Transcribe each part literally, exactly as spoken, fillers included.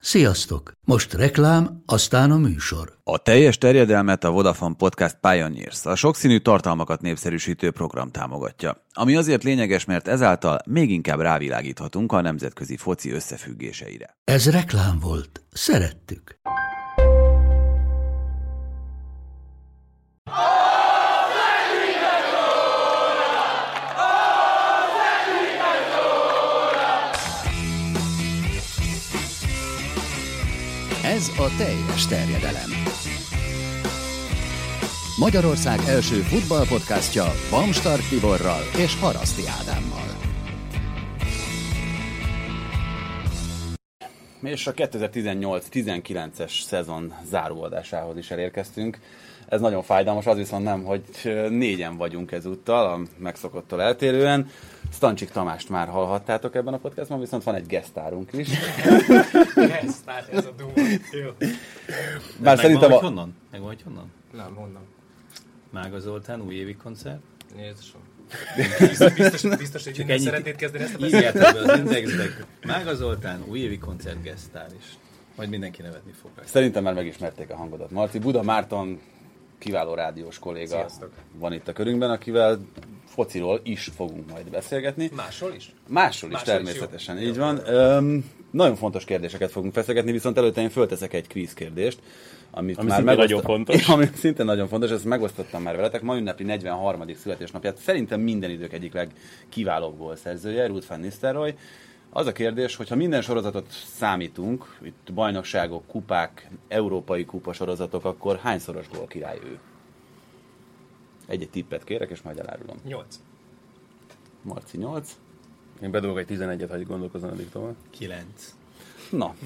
Sziasztok! Most reklám, aztán a műsor. A teljes terjedelmet a Vodafone Podcast Pioneers, a sokszínű tartalmakat népszerűsítő program támogatja. Ami azért lényeges, mert ezáltal még inkább rávilágíthatunk a nemzetközi foci összefüggéseire. Ez reklám volt. Szerettük. Ez a teljes terjedelem. Magyarország első futballpodcastja Bamstark Tiborral és Haraszti Ádámmal. És a kétezer-tizennyolc tizenkilences szezon záróadásához is elérkeztünk. Ez nagyon fájdalmas, az viszont nem, hogy négyen vagyunk ezúttal, a megszokottól eltérően. Stancsik Tamást már hallhattátok ebben a podcastban, viszont van egy gesztárunk is. Gesztár, ez a durva. Jó. Bár szerintem Megvan, a... hogy honnan? Megvan, hogy honnan? Nem, honnan. Mága Zoltán újévi koncert. Jézusom. Biztos, biztos, biztos hogy innen szeretnéd kezdeni ezt a beszélgetést? Írjátok be az indexbe. Mága Zoltán újévi koncert gesztár is. Majd mindenki nevetni fog rá. Szerintem már megismerték a hangodat. Marci, Buda Márton kiváló rádiós kolléga. Sziasztok. Van itt a körünkben, akivel fociról is fogunk majd beszélgetni. Másról is? Másról is, Másról természetesen, is, jó. így van. Öm, nagyon fontos kérdéseket fogunk feszegetni, viszont előtte én fölteszek egy kvíz kérdést, amit ami már szintén megosztott... nagyon fontos. Ami szintén nagyon fontos, ezt megosztottam már veletek. Ma ünnepli negyvenharmadik születésnapját. Szerintem minden idők egyik legkiválóbb gólszerzője, Ruud van Nistelrooy. Az a kérdés, hogyha minden sorozatot számítunk, itt bajnokságok, kupák, európai kupa sorozatok, akkor hányszoros gólkirály ő? Egy-egy tippet kérek, és majd elárulom. Nyolc. Marci nyolc. Én bedolgok egy tizenegyet, ha így gondolkozom addig tovább. Kilenc. Na.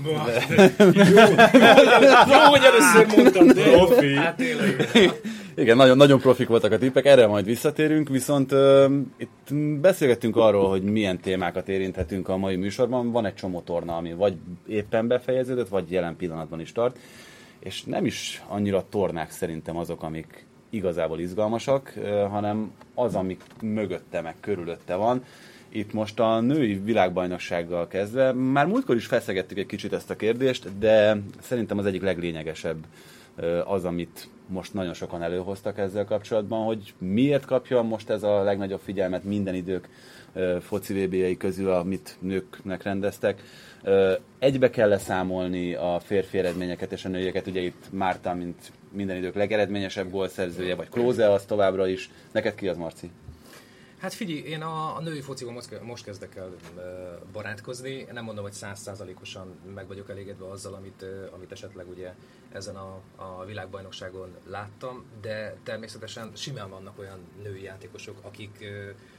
Jó, hogy először mondtam, de Profi. hát tényleg. Igen, nagyon, nagyon profik voltak a tippek, erre majd visszatérünk, viszont uh, itt beszélgettünk arról, hogy milyen témákat érinthetünk a mai műsorban. Van egy csomó torna, ami vagy éppen befejeződött, vagy jelen pillanatban is tart, és nem is annyira tornák szerintem azok, amik igazából izgalmasak, uh, hanem az, amik mögötte meg körülötte van. Itt most a női világbajnoksággal kezdve, már múltkor is feszegettük egy kicsit ezt a kérdést, de szerintem az egyik leglényegesebb az, amit most nagyon sokan előhoztak ezzel kapcsolatban, hogy miért kapja most ez a legnagyobb figyelmet minden idők foci vé bé-jei közül, amit nőknek rendeztek. Egybe kell leszámolni a férfi eredményeket és a nőieket, ugye itt Márta, mint minden idők legeredményesebb gólszerzője, vagy Klose az továbbra is. Neked ki az, Marci? Hát figyelj, én a, a női fociban most, most kezdek el uh, barátkozni. Nem mondom, hogy száz százalékosan meg vagyok elégedve azzal, amit, uh, amit esetleg ugye ezen a, a világbajnokságon láttam, de természetesen simán vannak olyan női játékosok, akik uh,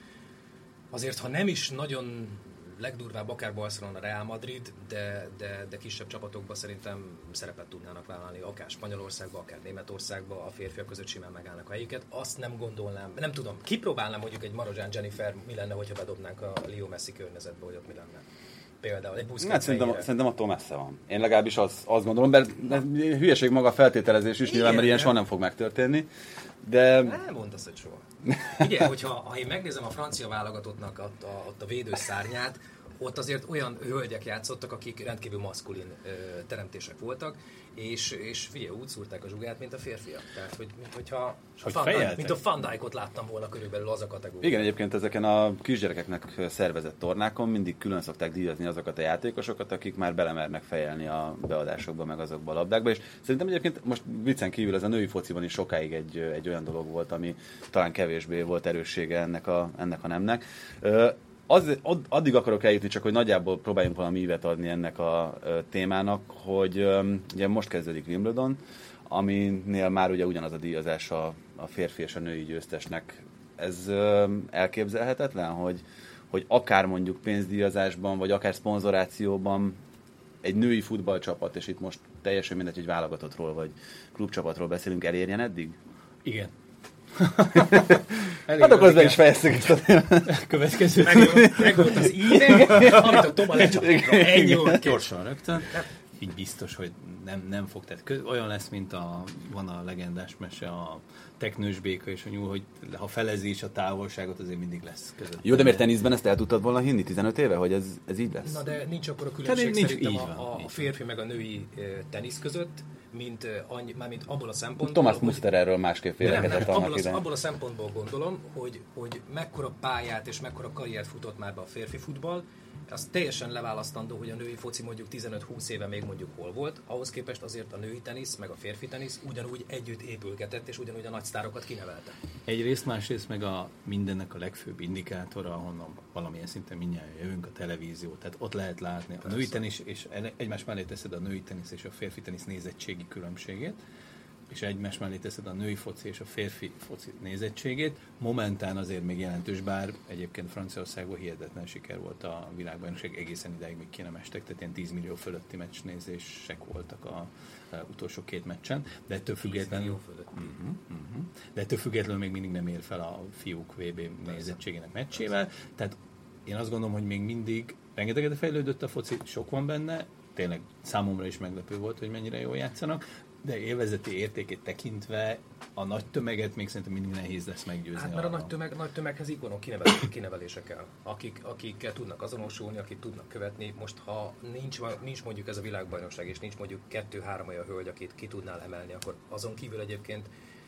azért, ha nem is nagyon legdurvább, akár Barcelona, Real Madrid, de, de, de kisebb csapatokban szerintem szerepet tudnának vállalni, akár Spanyolországban, akár Németországban, a férfiak között simán megállnak a helyiket. Azt nem gondolnám, nem tudom, kipróbálnám mondjuk egy Marozsán Jennifer, mi lenne, hogyha bedobnánk a Leo Messi környezetbe, hogy ott mi lenne. Például egy Busquets Hát szerintem, szerintem attól messze van. Én legalábbis az, azt gondolom, mert hülyeség maga a feltételezés is, igen, nyilván, mert ilyen soha nem fog megtörténni. De... Nem mondasz, hogy soha. Ugye, hogyha ha én megnézem a francia válogatottnak ott a, ott a védőszárnyát, ott azért olyan hölgyek játszottak, akik rendkívül maszkulin ö, teremtések voltak, és, és figyelj, úgy szúrták a zsugát, mint a férfiak. Tehát, hogy, mint, hogyha hogy Van Dijk, mint a Van Dijkot láttam volna körülbelül az a kategória. Igen, egyébként ezeken a kisgyerekeknek szervezett tornákon mindig külön szokták díjazni azokat a játékosokat, akik már belemernek fejelni a beadásokba, meg azokba a labdákba, és szerintem egyébként most viccen kívül ez a női fociban is sokáig egy, egy olyan dolog volt, ami talán kevésbé volt erőssége ennek a, ennek a nemnek. Az, addig akarok eljutni, csak hogy nagyjából próbáljunk valami ívet adni ennek a témának, hogy ugye most kezdődik Wimbledon, aminél már ugye ugyanaz a díjazás a, a férfi és a női győztesnek. Ez elképzelhetetlen, hogy, hogy akár mondjuk pénzdíjazásban, vagy akár szponzorációban egy női futballcsapat, és itt most teljesen mindegy, hogy válogatottról vagy klubcsapatról beszélünk, elérjen eddig? Igen. Hát akkor meg is fejeztük ezt a témát. Következő. Meg volt az íre, amit a Toma lecsapott. Ennyi volt. Gyorsan, rögtön. így biztos, hogy nem, nem fog. Tehát kö, olyan lesz, mint a, van a legendás mese, a teknős béka és a nyúl, hogy ha felezi is a távolságot, azért mindig lesz között. Jó, de miért teniszben ezt el tudtad volna hinni tizenöt éve, hogy ez, ez így lesz? Na de nincs akkor a különbség nincs, szerintem így a, van, a, a férfi meg a női e, tenisz között, mint, e, annyi, mármint abból a szempontból... Thomas hogy, Muster erről másképp vélekedett annak abból, idején. abból a szempontból gondolom, hogy, hogy mekkora pályát és mekkora karriert futott már be a férfi futball, az teljesen leválasztandó, hogy a női foci mondjuk tizenöt-húsz éve még mondjuk hol volt, ahhoz képest azért a női tenisz, meg a férfi tenisz ugyanúgy együtt épülgetett, és ugyanúgy a nagy sztárokat kinevelte. Egyrészt, másrészt meg a mindennek a legfőbb indikátora, ahonnan valamilyen szinten mindjárt jövünk, a televízió. Tehát ott lehet látni a női tenisz, és egymás mellé teszed a női tenisz és a férfi tenisz nézettségi különbségét, és egymás mellé teszed a női foci és a férfi foci nézettségét. Momentán azért még jelentős, bár egyébként Franciaországban hihetetlen siker volt a világbajnokság, egészen idáig még ki nem estek, tehát ilyen tíz millió fölötti meccsnézések voltak a, a utolsó két meccsen, de ettől függetlenül uh-huh, uh-huh. de ettől függetlenül még mindig nem ér fel a fiúk vé bé nézettségének meccsével, tehát én azt gondolom, hogy még mindig rengeteget fejlődött a foci, sok van benne, tényleg számomra is meglepő volt, hogy mennyire jól játszanak, de élvezeti értékét tekintve a nagy tömeget még szerintem mindig nehéz lesz meggyőzni. Hát mert a nagy, tömeg, nagy tömeghez ikonok kinevelések, kinevelése kell, akik, akikkel tudnak azonosulni, akik tudnak követni. Most ha nincs, nincs mondjuk ez a világbajnokság, és nincs mondjuk kettő-három olyan hölgy, akit ki tudnál emelni, akkor azon kívül egyébként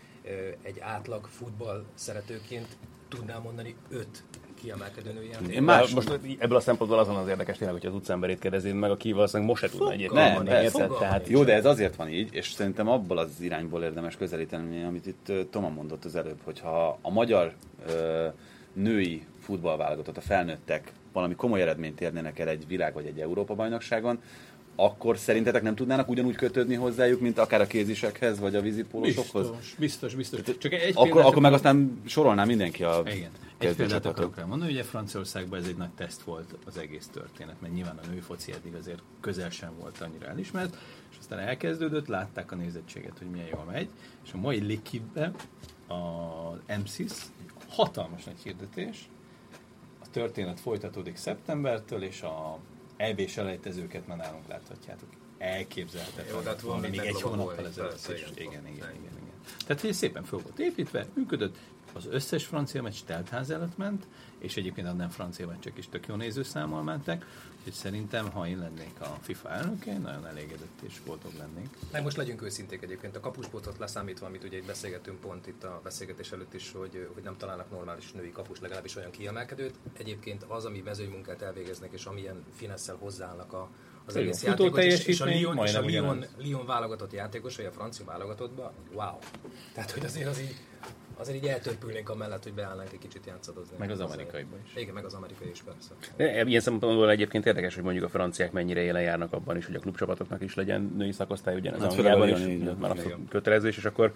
egy átlag futball szeretőként tudnál mondani öt kiemelkedő női játékos. Én más, most ebből a szempontból azon az érdekes tényleg, hogy az utcemberét kérdeznéd meg, aki valószínűleg most se tudna egyébként mondani, érted? Tehát jó, de ez azért van így, és szerintem abból az irányból érdemes közelíteni, amit itt Toma mondott az előbb, hogyha a magyar ö, női futballválogatott, a felnőttek valami komoly eredményt érnének el egy világ vagy egy Európa-bajnokságon, akkor szerintetek nem tudnának ugyanúgy kötődni hozzájuk, mint akár a kézisekhez, vagy a vízipólósokhoz? Biztos, biztos, biztos. Csak egy akkor, akkor meg aztán sorolná mindenki a igen. Egy példát akarok elmondani, ugye Franciaországban ez egy nagy teszt volt az egész történet, mert nyilván a női foci eddig azért közel sem volt annyira elismert, és aztán elkezdődött, látták a nézettséget, hogy milyen jól megy, és a mai L'équipe-ben a em sis hatalmas nagy hirdetés, a történet folytatódik szeptembertől, és a é bé selejtezőket már nálunk láthatjátok. Elképzelhetetlen. Tehát van még egy hónappal ezelőtt. Igen, igen, igen, igen, igen. Tehát, hogy szépen föl volt építve, működött, az összes francia meccs teltház előtt ment, és egyébként a nem francia meccsek is tök jó nézőszámmal mentek, úgyhogy szerintem, ha én lennék a FIFA elnöke, nagyon elégedett és boldog lennék. Meg most legyünk őszinték egyébként, a kapuspotot leszámítva, amit ugye itt beszélgetünk pont itt a beszélgetés előtt is, hogy, hogy nem találnak normális női kapus, legalábbis olyan kiemelkedőt. Egyébként az, ami mezőnymunkát elvégeznek, és amilyen finesszel hozzáállnak a az igen, egész játékot, és, és a Lyon, és a Lyon, Lyon válogatott játékos, vagy a francia válogatottban, wow! Tehát, hogy azért az így, azért így eltörpülnénk amellett, hogy beállnánk egy kicsit játszadozni. Meg az amerikaiban is. Igen, meg az amerikai is persze. De ilyen szempontból egyébként érdekes, hogy mondjuk a franciák mennyire élen járnak abban is, hogy a klubcsapatoknak is legyen női szakosztály, ugyanez hát Angliában is, így, már abszolút kötelező, és akkor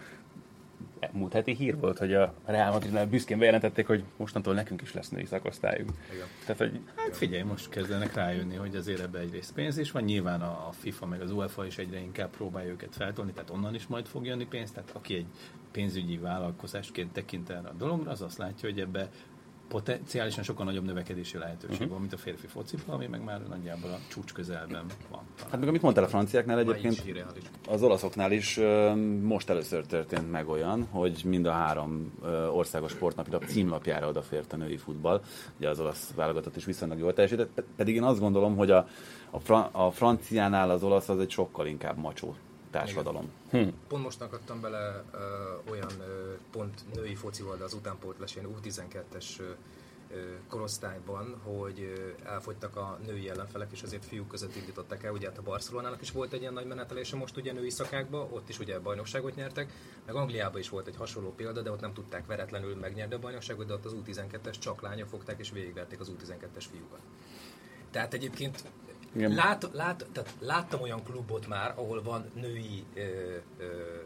múlt heti hír volt, hogy a Real Madridnál büszkén bejelentették, hogy mostantól nekünk is lesz női szakosztályunk. Igen. Tehát, hogy... Hát figyelj, most kezdenek rájönni, hogy azért ebbe egyrészt pénz is van, nyilván a FIFA meg az UEFA is egyre inkább próbálja őket feltolni, tehát onnan is majd fog jönni pénz, tehát aki egy pénzügyi vállalkozásként tekint erre a dologra, az azt látja, hogy ebbe potenciálisan sokkal nagyobb növekedési lehetőség uh-huh. van, mint a férfi fociban, ami meg már nagyjából a csúcs közelben van. Talán. Hát meg amit mondtál a franciáknál egyébként, az olaszoknál is most először történt meg olyan, hogy mind a három országos sportnapilap címlapjára odafért a női futball. Ugye az olasz válogatott is viszonylag jól teljesített, pedig én azt gondolom, hogy a, a, fra, a franciánál az olasz az egy sokkal inkább macsó társadalom. Hm. Pont most akadtam bele ö, olyan ö, pont női focival, de az utánpótlás ilyen U tizenkettes ö, korosztályban, hogy ö, elfogytak a női ellenfelek, és azért fiúk között indították el. Ugye hát a Barcelonának is volt egy ilyen nagy menetelése most ugye női szakákban, ott is ugye bajnokságot nyertek, meg Angliában is volt egy hasonló példa, de ott nem tudták veretlenül megnyerni a bajnokságot, de ott az U tizenkettes csak lányok fogták, és végigverték az U tizenkettes fiúkat. Tehát egyébként Lát, lát, tehát láttam olyan klubot már, ahol van női ö, ö,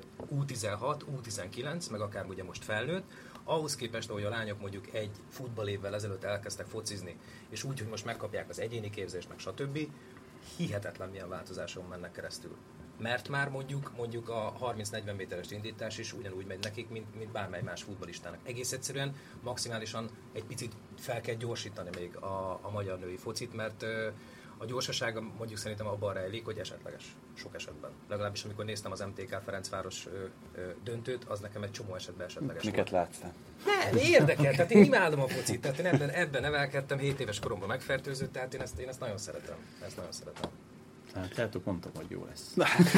U tizenhat, U tizenkilenc, meg akár ugye most felnőtt, ahhoz képest, ahogy a lányok mondjuk egy futballévvel ezelőtt elkezdtek focizni, és úgy, hogy most megkapják az egyéni képzést, meg stb., hihetetlen milyen változáson mennek keresztül. Mert már mondjuk, mondjuk a harminc-negyven méteres indítás is ugyanúgy megy nekik, mint, mint bármely más futballistának. Egész egyszerűen maximálisan egy picit fel kell gyorsítani még a, a magyar női focit, mert A gyorsaság mondjuk szerintem abban rejlik, hogy esetleges, sok esetben. Legalábbis amikor néztem az em té ká Ferencváros ö, ö, döntőt, az nekem egy csomó esetben esetleges. Miket látsz te? Nem, érdekel, tehát én imádom a focit, tehát én ebben, ebben nevelkedtem, hét éves koromban megfertőzött, tehát én ezt, én ezt nagyon szeretem. Ezt nagyon szeretem. Hát lehet, mondtam, hogy jó lesz.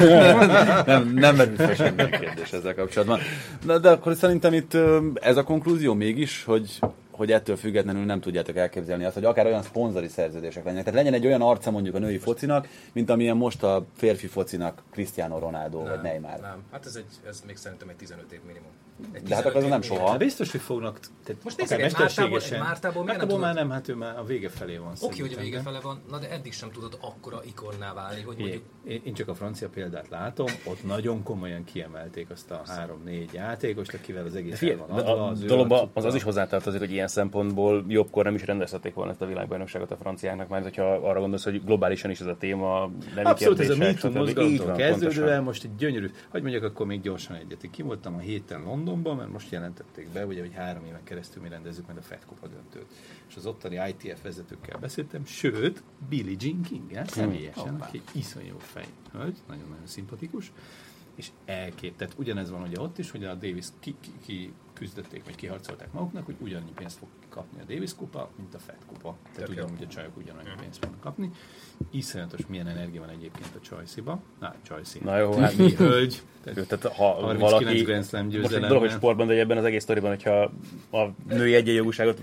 nem, nem merült fel semmi kérdés ezzel kapcsolatban. De, de akkor szerintem itt ez a konklúzió mégis, hogy, hogy ettől függetlenül nem tudjátok elképzelni azt, hogy akár olyan szponzori szerződések legyenek. Tehát legyen egy olyan arca mondjuk a női focinak, mint amilyen most a férfi focinak Cristiano Ronaldo nem, vagy Neymar. Nem, hát ez, egy, ez még szerintem egy tizenöt év minimum. Egy de hát akkor nem soha. De biztos, hogy fognak, tehát most akár mesterségesen. Mártából miért nem tudod? Már nem, hát ő már a vége felé van. Oké, hogy a vége fele van, na de eddig sem tudod akkora ikonná válni, hogy mondjuk... Én, én csak a francia példát látom, ott nagyon komolyan kiemelték azt a három-négy játékost, akivel az egész el van adva. Az dologban az, az is hozzátartozik, hogy ilyen szempontból jobbkor nem is rendezhették volna ezt a világbajnokságot a franciáknak, mert hogyha arra gondolsz, hogy globálisan is ez a téma, nem abszolút ez a MeToo mozgalomtól kezdődően, most egy gyönyörű, hogy mondjak, akkor még gyorsan egyet. Ki voltam a héten Londonban, mert most jelentették be, ugye, hogy három éven keresztül mi rendezzük meg a Fed Kupa döntőt. És az ottani i té ef vezetőkkel beszéltem, sőt, Billie Jean King-el személyesen, aki iszonyú fej, hölgy, nagyon-nagyon szimpatikus, és elkép, tehát ugyanez van ugye ott is, hogy a Davis ki, ki, ki küzdötték, vagy kiharcolták maguknak, hogy ugyannyi pénzt fog kapni a Davis kupa, mint a Fed kupa. Tehát ugyanúgy a csajok ugyanannyi pénzt fognak kapni. Iszonyatos milyen energia van egyébként a Csajciba. Na, Csajci. Na jó, hát mi hölgy. Tehát, tehát ha valaki, most egy dolog, hogy sportban, de ebben az egész sztoriban, hogyha a női egyenjogúságot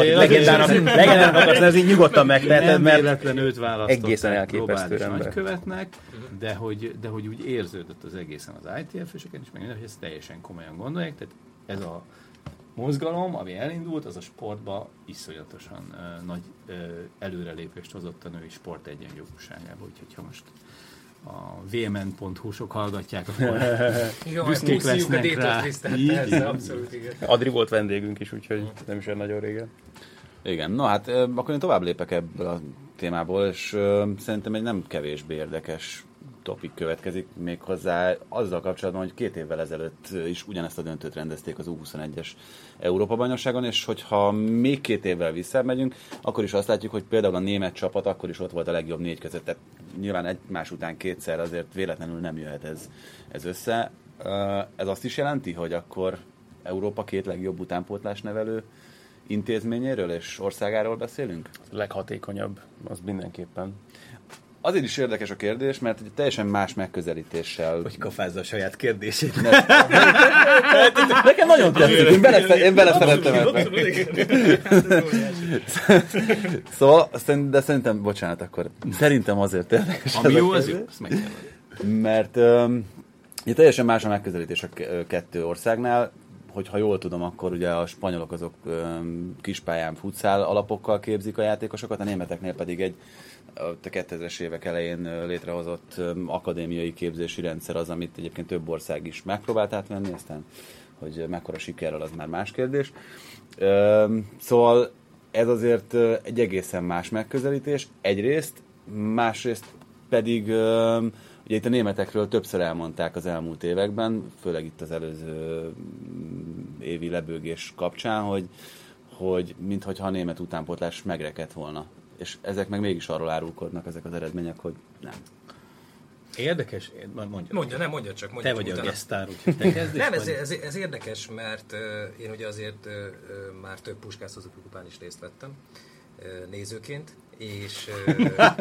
legendának akarsz nevezni, nyugodtan megteheted, mert véletlen őt választották globális nagykövetnek, de hogy, de hogy úgy érződött az egészen az i té ef-öseken is, meg minden, hogy ezt teljesen komolyan gondolják, tehát ez a mozgalom, ami elindult, az a sportba iszonyatosan uh, nagy uh, előrelépést hozott a női sport egyenjogúságába, úgyhogy ha most a vé em en pont hu-sok hallgatják, akkor büszkék lesznek rá. Adri volt vendégünk is, úgyhogy nem is olyan nagyon régen. Igen, no hát akkor én tovább lépek ebből a témából, és uh, szerintem egy nem kevésbé érdekes topik következik méghozzá azzal kapcsolatban, hogy két évvel ezelőtt is ugyanezt a döntőt rendezték az U huszonegyes Európa-bajnokságon, és hogyha még két évvel visszamegyünk, akkor is azt látjuk, hogy például a német csapat akkor is ott volt a legjobb négy között, tehát nyilván egymás után kétszer azért véletlenül nem jöhet ez, ez össze. Ez azt is jelenti, hogy akkor Európa két legjobb utánpótlás nevelő intézményéről és országáról beszélünk? A leghatékonyabb, az mindenképpen. Azért is érdekes a kérdés, mert egy teljesen más megközelítéssel... Hogy kafázza a saját kérdését. Ne... Nekem nagyon tetszik, én, bele, én beleszerettem ebben. Szóval, de szerintem, bocsánat, akkor szerintem azért érdekes. Ami jó, az jó, azt meg kell. Mert um, ugye teljesen más a megközelítés a kettő országnál. Hogyha jól tudom, akkor ugye a spanyolok azok um, kispályán futszál alapokkal képzik a játékosokat, a németeknél pedig egy a kétezres évek elején létrehozott akadémiai képzési rendszer az, amit egyébként több ország is megpróbált átvenni, aztán, hogy mekkora sikerrel, az már más kérdés. Szóval ez azért egy egészen más megközelítés, egyrészt, másrészt pedig ugye itt a németekről többször elmondták az elmúlt években, főleg itt az előző évi lebőgés kapcsán, hogy, hogy minthogyha a német utánpótlás megrekedt volna. És ezek meg mégis arról árulkodnak, ezek az eredmények, hogy nem. Érdekes? Mondja. Mondja, nem mondja csak. Mondja te vagy a gesztár, úgyhogy te kezd. Nem, ez, ez, ez érdekes, mert uh, én ugye azért uh, már több Puskás Suzuki kupán is részt vettem uh, nézőként, és, uh,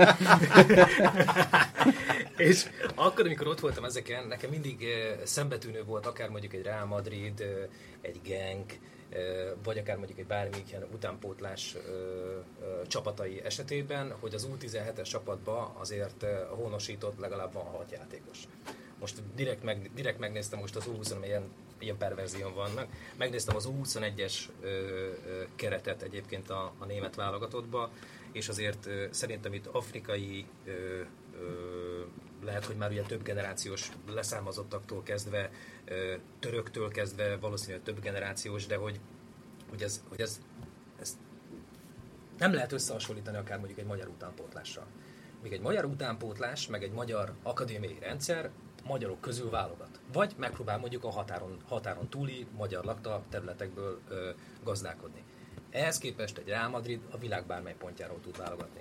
és akkor, amikor ott voltam ezeken, nekem mindig uh, szembetűnő volt akár mondjuk egy Real Madrid, uh, egy Genk, vagy akár mondjuk egy bármilyen utánpótlás ö, ö, csapatai esetében, hogy az U tizenhetes csapatban azért honosított legalább van hat játékos. Most direkt, meg, direkt megnéztem, most az U húsz, ilyen, ilyen perverzión vannak, megnéztem az U huszonegyes ö, ö, keretet egyébként a, a német válogatottba, és azért ö, szerintem itt afrikai ö, ö, lehet, hogy már ugye több generációs leszármazottaktól kezdve, töröktől kezdve, valószínűleg több generációs, de hogy, hogy, ez, hogy ez, ez nem lehet összehasonlítani akár mondjuk egy magyar utánpótlással. Míg egy magyar utánpótlás, meg egy magyar akadémiai rendszer magyarok közül válogat. Vagy megpróbál mondjuk a határon, határon túli magyar lakta területekből ö, gazdálkodni. Ehhez képest egy Real Madrid a világ bármely pontjáról tud válogatni.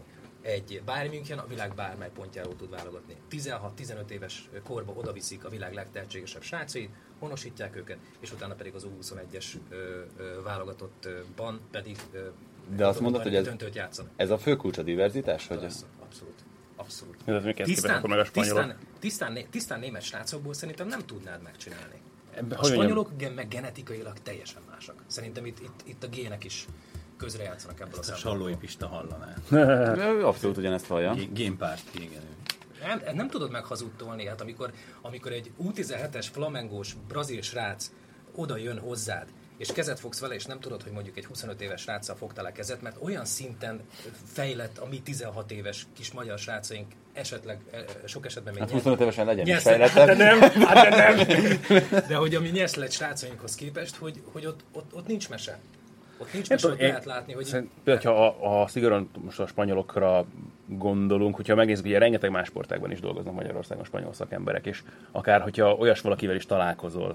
egy Bayern München a világ bármely pontjáról tud válogatni. tizenhat-tizenöt éves korba odaviszik a világ legtehetségesebb srácait, honosítják őket, és utána pedig az U huszonegyes ö, ö, válogatottban pedig ö, de azt mondod, hogy ez, ez a fő kulcs a diverzitás? Hogy Persze, abszolút. Abszolút. Ez tisztán, tisztán, tisztán, tisztán német srácokból szerintem nem tudnád megcsinálni. Ebbe, a spanyolok gen, meg genetikailag teljesen másak. Szerintem itt, itt, itt a gének is közrejátszanak ebből ezt a szempontból. A Sallói Pista hallaná. Abszolút ugyanezt hallja. Génpárt, igen. Nem, nem tudod meghazudtolni, hát amikor, amikor egy U tizenhetes flamengós brazil srác oda jön hozzád, és kezet fogsz vele, és nem tudod, hogy mondjuk egy huszonöt éves sráccal fogtál a kezet, mert olyan szinten fejlett a mi tizenhat éves kis magyar srácaink, esetleg sok esetben még hát huszonöt évesen legyen is fejlettek. Hát de nem, hát de nem. De hogy a mi nyeszlett srácainkhoz képest, hogy, hogy ott, ott, ott nincs mese. Ott nincs mese, ott lehet látni, hogy... Például, ha a, a szigorúan most a spanyolokra gondolunk, hogyha megnézzük, ugye rengeteg más sportágban is dolgoznak Magyarországon spanyol szakemberek, és akár, hogyha olyas valakivel is találkozol,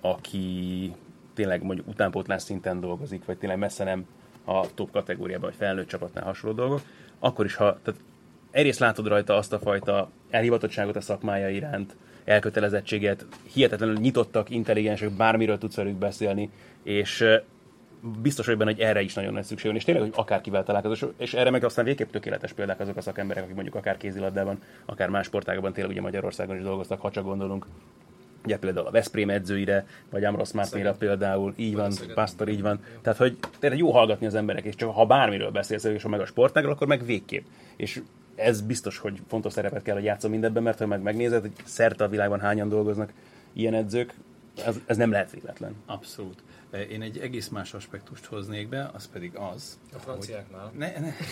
aki tényleg mondjuk utánpótlás szinten dolgozik, vagy tényleg messze nem a top kategóriában, vagy felnőtt csapatnál hasonló dolgok, akkor is, ha tehát egyrészt látod rajta azt a fajta elhivatottságot a szakmája iránt, elkötelezettséget, hihetetlenül nyitottak, intelligensek, bármiről tudsz velük beszélni, és biztos vagy benne, hogy erre is nagyon nagy szükség van, és tényleg, hogy akárkivel találkozol, és erre meg aztán végképp tökéletes példák azok a szakemberek, akik mondjuk akár kézilabdában, akár más sportágban tényleg ugye Magyarországon is dolgoztak, ha csak gondolunk. Ugye például a Veszprém edzőire, vagy Amrosz Mártéra például, így van, Pásztor, így van. Tehát, hogy tényleg jó hallgatni az emberek, és csak ha bármiről beszélsz, és ha meg a sportágról, akkor meg végképp. És ez biztos, hogy fontos szerepet kell, hogy játszom mindebben, mert ha meg megnézed, hogy szerte a világban hányan dolgoznak ilyen edzők, ez, ez nem lehet véletlen. Abszolút. Én egy egész más aspektust hoznék be, az pedig az... A franciáknál. Ne,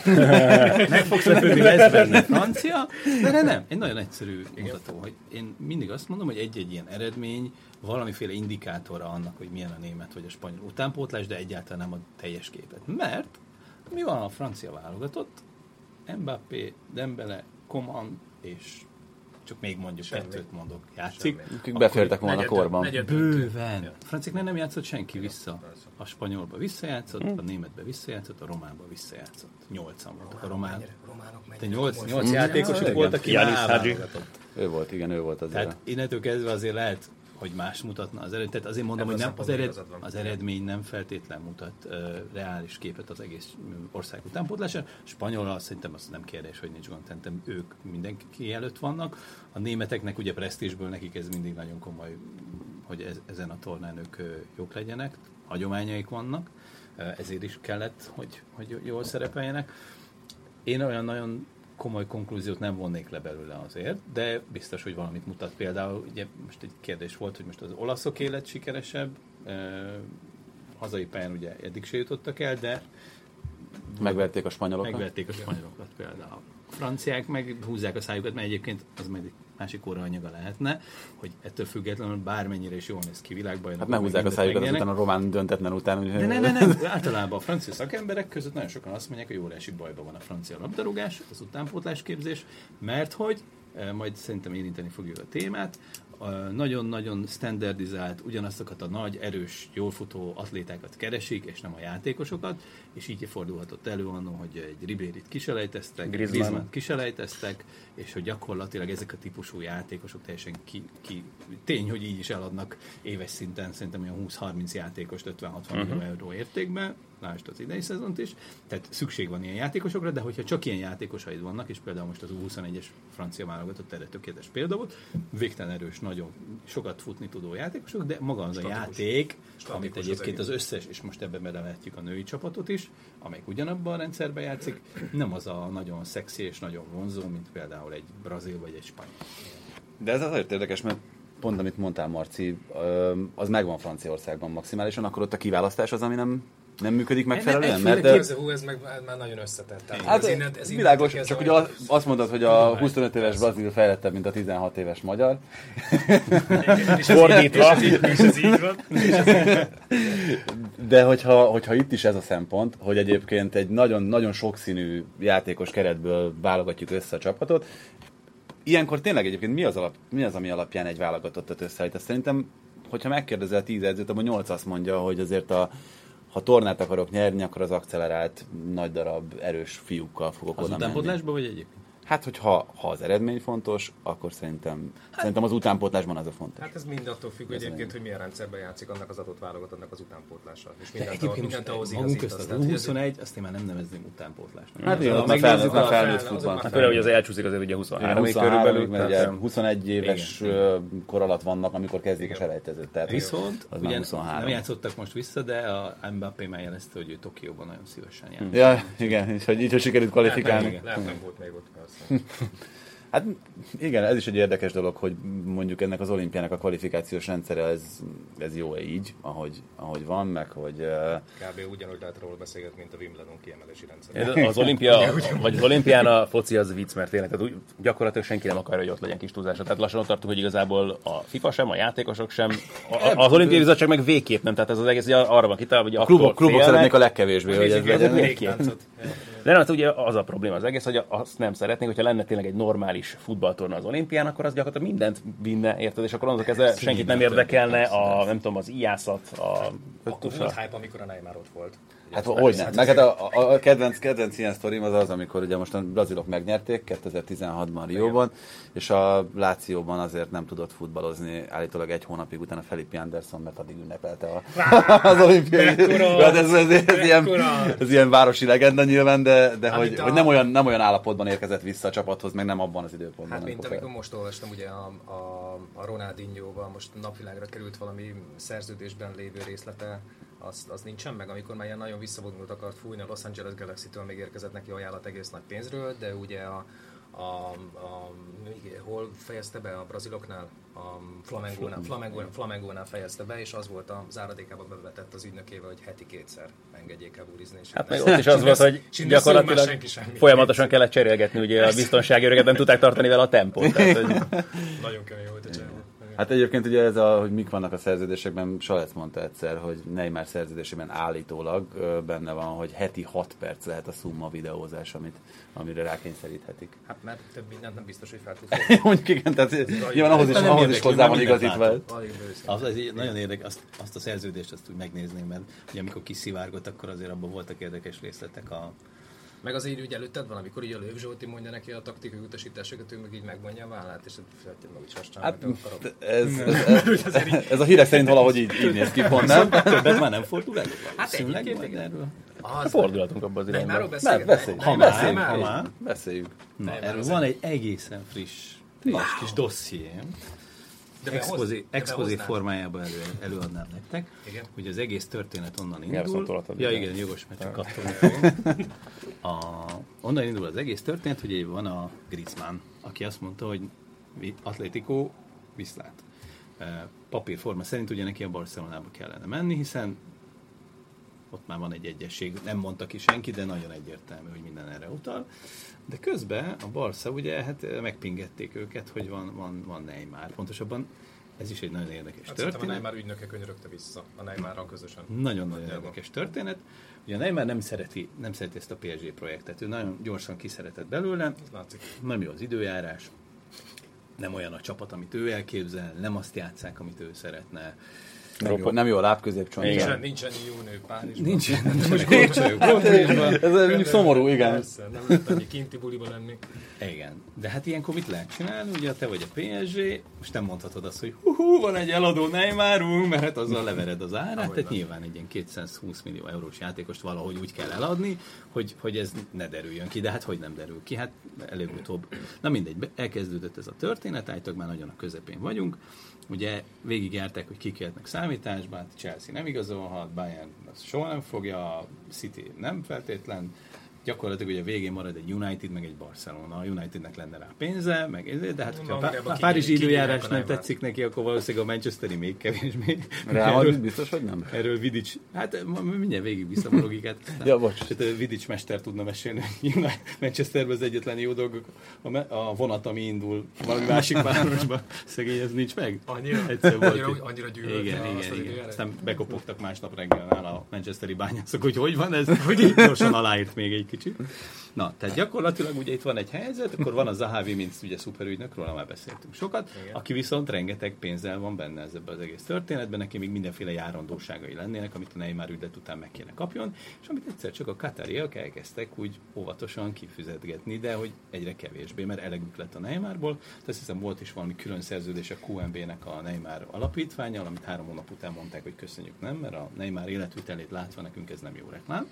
ne. Meg fogsz lepődni, lesz benne francia, de ne, nem. Egy nagyon egyszerű mutató, hogy én mindig azt mondom, hogy egy-egy ilyen eredmény valamiféle indikátora annak, hogy milyen a német vagy a spanyol utánpótlás, de egyáltalán nem a teljes képet. Mert mi van a francia válogatott? Mbappé, Dembele, Coman és csak még mondjuk Semmi. kettőt mondok, játszik. Akik befértek volna a korban. Bőven. Franciáknál nem játszott senki vissza. A spanyolba visszajátszott, a németbe visszajátszott, a románba visszajátszott. Nyolcan voltak a román. Te nyolc, nyolc játékosok voltak, ki válogatott. Ő volt, igen, ő volt az. Tehát innentől kezdve azért lehet, hogy más mutatna az eredmény. Tehát azért mondom, hogy nem, az, ered, az eredmény nem feltétlen mutat uh, reális képet az egész ország utánpótlása. Spanyolra szerintem az nem kérdés, hogy nincs gond, szerintem ők mindenki előtt vannak. A németeknek ugye presztízsből nekik ez mindig nagyon komoly, hogy ez, ezen a tornán ők uh, jók legyenek, hagyományaik vannak, uh, ezért is kellett, hogy, hogy jól szerepeljenek. Én olyan nagyon komoly konklúziót nem vonnék le belőle azért, de biztos, hogy valamit mutat. Például, ugye most egy kérdés volt, hogy most az olaszok élet sikeresebb, eh, hazai pályán ugye eddig se jutottak el, de megverték a spanyolokat. Megverték a spanyolokat például. A franciák meg húzzák a szájukat, mert egyébként az majd egy másik óraanyaga lehetne, hogy ettől függetlenül bármennyire is jól néz ki világbajnok. Hát meghúzzák a szájukat azután a román döntetlen után. Hogy... De ne, ne, ne, általában a francia szakemberek között nagyon sokan azt mondják, hogy óriási bajban van a francia labdarúgás, az utánpótlás képzés, mert hogy, majd szerintem érinteni fogjuk a témát, nagyon-nagyon standardizált, ugyanazokat a nagy, erős, jól futó atlétákat keresik, és nem a játékosokat, és így fordulhatott elő annó, hogy egy Ribéryt kiselejteztek, Griezmann kiselejteztek, és hogy gyakorlatilag ezek a típusú játékosok teljesen ki, ki, tény, hogy így is eladnak éves szinten, szerintem olyan húsz-harminc játékost ötven-hatvan uh-huh. millió euró értékben, lásd az idei szezont is, tehát szükség van ilyen játékosokra, de hogyha csak ilyen játékosaid vannak, és például most az U huszonegyes francia válogatott erre tökéletes példa volt, végtelen erős, nagyon sokat futni tudó játékosok, de maga az Statikus. a játék, Statikus amit egyébként az, az összes, és most ebben belevetjük a női csapatot is, amelyik ugyanabban a rendszerben játszik, nem az a nagyon szexi és nagyon vonzó, mint például egy brazil vagy egy spanyol. De ez azért érdekes, mert pont amit mondtál, Marci, az megvan Franciaországban maximálisan, akkor ott a kiválasztás az, ami nem nem működik megfelelően? Mert de... Képzel, hú, ez meg már nagyon összetett. Hát ez innen, ez világos, innen csak ugye azt mondod, hogy a huszonöt éves brazil fejlettebb, mint a tizenhat éves magyar. Fordítva. És ez így van. De hogyha, hogyha itt is ez a szempont, hogy egyébként egy nagyon, nagyon sokszínű játékos keretből válogatjuk össze a csapatot, ilyenkor tényleg egyébként mi az, alap, mi az ami alapján egy válogatottat összeállít? Szerintem, hogyha megkérdezel tíz edzőt, abban nyolc azt mondja, hogy azért a ha tornát akarok nyerni, akkor az accelerált, nagy darab, erős fiúkkal fogok az oda menni. Az utánpótlásban vagy egyébként? Hát, hogyha ha az eredmény fontos, akkor szerintem, hát, szerintem az utánpótlásban az a fontos. Hát ez mind attól függ egyébként, hogy milyen rendszerben játszik annak az adott válogatottnak az utánpótlása. És de mindent, egyébként mindent ahhoz magunk közt az U huszonegy, azt én már nem nevezném utánpótlásnak. Hát igen, az a felnőtt futball. Hát például, hogy az elcsúszik azért ugye huszonhárom körülbelül. Mert ugye huszonegy éves kor alatt vannak, amikor kezdik a selejtezőt. Viszont ugye nem játszottak most vissza, de a Mbappé már jelezte, hogy ő Tokióban nagyon szívesen játszik. Ja, igen, és hogy így, hogy sikerült kvalifikálni. Lehet nem volt még ott. Hát igen, ez is egy érdekes dolog, hogy mondjuk ennek az olimpiának a kvalifikációs rendszere, ez, ez jó-e így, ahogy, ahogy van, meg hogy... Uh... Kb. Ugyanúgy lehet róla beszélgetni, mint a Wimbledon kiemelési rendszer. Az olimpia, vagy az olimpián a foci az vicc, mert tényleg, tehát úgy, gyakorlatilag senki nem akarja, hogy ott legyen kis túlzása. Tehát lassan ott tartunk, hogy igazából a FIFA sem, a játékosok sem, a, az olimpiai bizottság meg végképp nem, tehát ez az egész ugye arra van kitalálva, hogy a klubok, klubok szeretnék a legkevésbé, hogy ez legyen. De nem, hát ugye az a probléma az egész, hogy azt nem szeretnénk, hogyha lenne tényleg egy normális futballtorna az olimpián, akkor az gyakorlatilag mindent vinne, érted? És akkor onnantól kezdve senkit nem érdekelne a, nem tudom, az ijászat, a... Akkor volt hype, amikor a Neymar ott volt. Hát hogy nem. Meg hát a, a, a kedvenc, kedvenc ilyen sztorim az az, amikor ugye most a brazilok megnyerték kétezer-tizenhatban Rióban, és a Lációban azért nem tudott futballozni állítólag egy hónapig utána Felipe Anderson, mert addig ünnepelte a, az olimpiai. Hát ez, ez, ez, ez, ilyen, ez ilyen városi legenda nyilván, de, de hogy, a... hogy nem, olyan, nem olyan állapotban érkezett vissza a csapathoz, meg nem abban az időpontban. Hát mint amikor most olvastam ugye a, a, a Ronaldinhoval, most napvilágra került valami szerződésben lévő részlete, az, az nincsen meg, amikor már ilyen nagyon visszavonult akart fújni, a Los Angeles Galaxy-től még érkezett neki ajánlat egész nagy pénzről, de ugye a, a, a hol fejezte be a braziloknál? A Flamengo-nál, Flamengo, Flamengo-nál fejezte be, és az volt a záradékában bevetett az ügynökével, hogy heti kétszer engedjék el bulizni. Hát meg ott is az volt, hogy gyakorlatilag folyamatosan kellett cserélgetni, ugye a biztonsági őröket nem tudták tartani vele a tempót. Tehát, hogy... Nagyon kemény volt a cserélő. Hát egyébként ugye ez a, hogy mik vannak a szerződésekben, Salec mondta egyszer, hogy Neymar szerződésében állítólag benne van, hogy heti hat perc lehet a szumma videózás, amit, amire rákényszeríthetik. Hát mert több mindent nem biztos, hogy fel tudsz. Mondjuk igen, tehát nyilván ahhoz is, ahhoz is hozzá van igazítva. Az, az nagyon érdekes, azt, azt a szerződést azt úgy megnézném, mert ugye amikor kiszivárgott, akkor azért abban voltak érdekes részletek a... Meg azért úgy előtted van, amikor így a Löw Zsolti mondja neki a taktikai utasításokat, ő meg így megmondja a vállát, és feltétlenül meg is azt hát, ez, ez, ez, ez a hírek szerint valahogy így, így néz ki, pont nem? Többet már nem fordul elő? Hát egyébként erről. Fordulatunk abban az irányban. Neymarról beszélgetünk. Beszéljünk. Ha már, ha már. Beszéljünk. Na, erről van egy egészen friss, friss kis dossziém. Expozé, expozé formájában elő, előadnám nektek, igen. Hogy az egész történet onnan indul. Ja igen, jogos, mert csak kattolni. Onnan indul az egész történet, hogy van a Griezmann, aki azt mondta, hogy Atlético viszlát. Papírforma szerint ugye neki a Barcelonába kellene menni, hiszen ott már van egy egyesség, nem mondta ki senki, de nagyon egyértelmű, hogy minden erre utal. De közben a Barca ugye hát megpingették őket, hogy van, van, van Neymar. Pontosabban ez is egy nagyon érdekes hát történet. A Neymar ügynöke könyörögte vissza a Neymarral közösen. Nagyon-nagyon érdekes történet. Ugye a Neymar nem szereti, nem szereti ezt a pé es gé projektet, ő nagyon gyorsan kiszeretett belőle. Nem jó az időjárás, nem olyan a csapat, amit ő elképzel, nem azt játsszák, amit ő szeretne. Nem jó, nem jó a lábközépcsontja. Nincsen, nincsen jó nő Párizsban. Nincsen, most korcsoljuk. Ez mondjuk szomorú, igen. Persze, nem lehet annyi kinti buliba lenni. Igen, de hát ilyenkor mit lehet csinálni? Ugye te vagy a pé es gé, most nem mondhatod azt, hogy hú, van egy eladó Neymarunk, mert hát azzal levered az árát, tehát nyilván egy ilyen kétszázhúsz millió eurós játékost valahogy úgy kell eladni, hogy, hogy ez ne derüljön ki, de hát hogy nem derül ki, hát előbb-utóbb. Na mindegy, elkezdődött ez a történet, állítólag már nagyon a közepén vagyunk. Ugye végigjárták, hogy kik jöhetnek számításba, Chelsea nem igazolhat, Bayern az soha nem fogja, City nem feltétlen, gyakorlatilag ugye végén marad egy United, meg egy Barcelona. A Unitednek lenne rá pénze, meg ezért, de hát, hogyha a, a párizsi időjárás nem tetszik neki, akkor valószínűleg a Manchesteri még kevésbé. Real biztos, hogy nem? Erről Vidic, hát mindjárt végig visszam a logikát. Ja, bocs. Tehát Vidic mester tudna mesélni, hogy Manchesterben az egyetlen jó dolgok, a vonat, ami indul valami másik városba, szegény, ez nincs meg. Annyira, annyira, annyira gyűlölt. Igen, igen, igen. Aztán bekopogtak másnap reggelnál a manchesteri bányászok, hogy hogy van ez, hogy így gyorsan aláírt még egy kicsit. Na, tehát gyakorlatilag ugye itt van egy helyzet, akkor van a Zahavi, mint ugye szuperügynök, róla már beszéltünk sokat, igen. Aki viszont rengeteg pénzzel van benne ebben az egész történetben, neki még mindenféle járandóságai lennének, amit a Neymar ügylet után meg kéne kapjon, és amit egyszer csak a katariak elkezdtek úgy óvatosan kifizetgetni, de hogy egyre kevésbé, mert elegük lett a Neymarból. Azt hiszem volt is valami külön szerződés a kú em bé-nek a Neymar alapítványal, amit három hónap után mondták, hogy köszönjük, nem, mert a Neymar életvitelét látva nekünk ez nem jó reklám.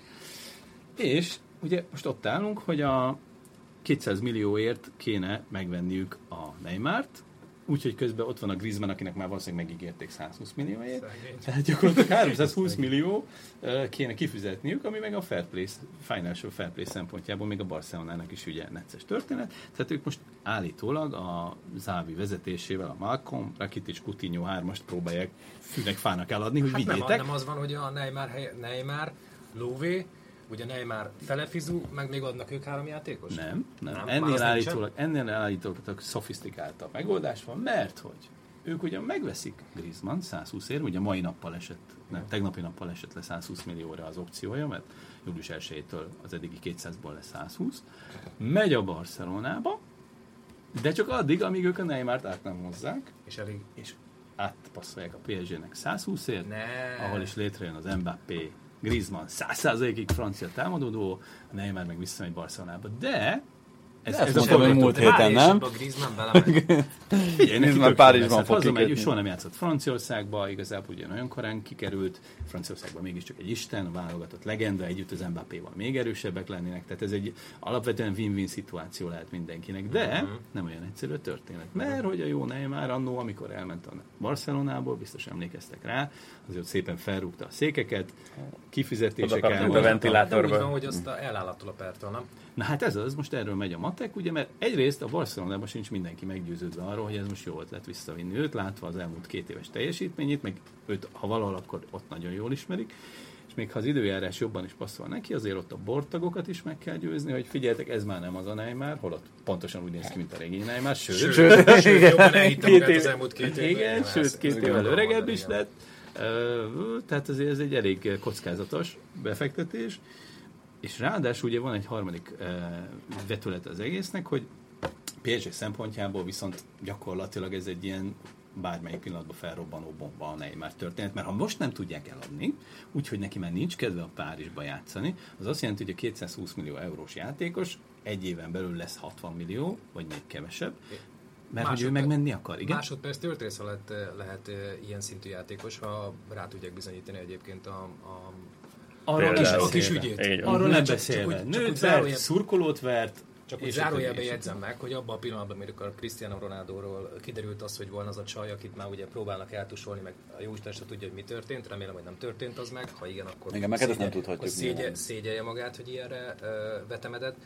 És ugye most ott állunk, hogy a kétszáz millióért kéne megvenniük a Neymart, úgyhogy közben ott van a Griezmann, akinek már valószínűleg megígérték százhúsz millióért. Tehát gyakorlatilag háromszázhúsz millió kéne kifizetniük, ami meg a fair play, financial fair play szempontjából még a Barcelonának is ugye necces történet. Tehát ők most állítólag a Xavi vezetésével a Malcolm, Rakitic, Coutinho hármast próbálják fűnek fának eladni, hogy hát vigyétek. Nem, nem az van, hogy a Neymar, Neymar Lóvé, ugye Neymar Telefizu, meg még adnak ők három játékos? Nem, nem. nem ennél, állítólag, ennél állítólag szofisztikáltabb megoldás van, mert hogy ők ugye megveszik Griezmann százhúszért, ugye mai nappal esett, nem, tegnapi nappal esett le százhúsz millióra az opciója, mert július elsejétől az eddigi kétszázból lesz százhúsz. Megy a Barcelonába, de csak addig, amíg ők a Neymart át nem hozzák, és elég, és átpasszolják a pé es gének százhúszért, ne. ahol is létrejön az Mbappé, Griezmann száz százalékig francia támadódó, a Neymar meg visszamegy Barcelonába. De ez, ez, ez a forgatókönyv múlt héten, nem? A Griezmann belemegy. Figyelj, neki Griezmann Párizsban fog kikötni. Soha nem játszott Franciaországba, igazából ugye nagyon korán kikerült. Franciaországban mégiscsak egy isten, a válogatott legenda, együtt az Mbappéval még erősebbek lennének. Tehát ez egy alapvetően win-win szituáció lehet mindenkinek. De uh-huh. nem olyan egyszerű a történet. Mert hogy a jó Neymar annó, amikor elment a Barcelonából, biztos emlékeztek rá, azért szépen felrúgta a székeket, kifizetéseken. A ventilátorba. De úgy van, hogy azt eláll attól a pertől, nem? Na hát ez az, most erről megy a matek, ugye, mert egyrészt a Barcelonában sincs mindenki meggyőződve arról, hogy ez most jó ötlet visszavinni őt, látva az elmúlt két éves teljesítményét, meg őt, ha valahol, akkor ott nagyon jól ismerik, és még ha az időjárás jobban is passzol neki, azért ott a bortagokat is meg kell győzni, hogy figyeljetek, ez már nem az a Neymar, holott pontosan úgy néz ki, mint a régi Neymar, sőt, sőt, sőt, sőt jobban elhittem magát az elmúlt két évben. Igen, sőt, két évvel öregebb is lett, tehát azért ez egy elég kockázatos befektetés. És ráadásul ugye van egy harmadik uh, vetülete az egésznek, hogy pé es gé szempontjából viszont gyakorlatilag ez egy ilyen bármelyik pillanatban felrobbanó bomba a Neymar történet, mert ha most nem tudják eladni, úgyhogy neki már nincs kedve a Párizsba játszani, az azt jelenti, hogy a kétszázhúsz millió eurós játékos egy éven belül lesz hatvan millió, vagy még kevesebb, mert hogy ő megmenni akar, igen? Másodperc történész lehet, lehet ilyen szintű játékos, ha rá tudják bizonyítani egyébként a, a arról is a kis ügyét. Arról nem beszélve. Nőt vert, szurkolót vert. Csak úgy zárójelben jegyzem meg, hogy abban a pillanatban, amikor a Cristiano Ronaldóról kiderült az, hogy van az a csaj, akit már ugye próbálnak eltusolni, meg a jóisten se tudja, hogy mi történt, remélem, hogy nem történt az meg, ha igen, akkor igen, szégye, nem tudhatjuk, szégye, szégyelje magát, hogy ilyenre uh, vetemedett,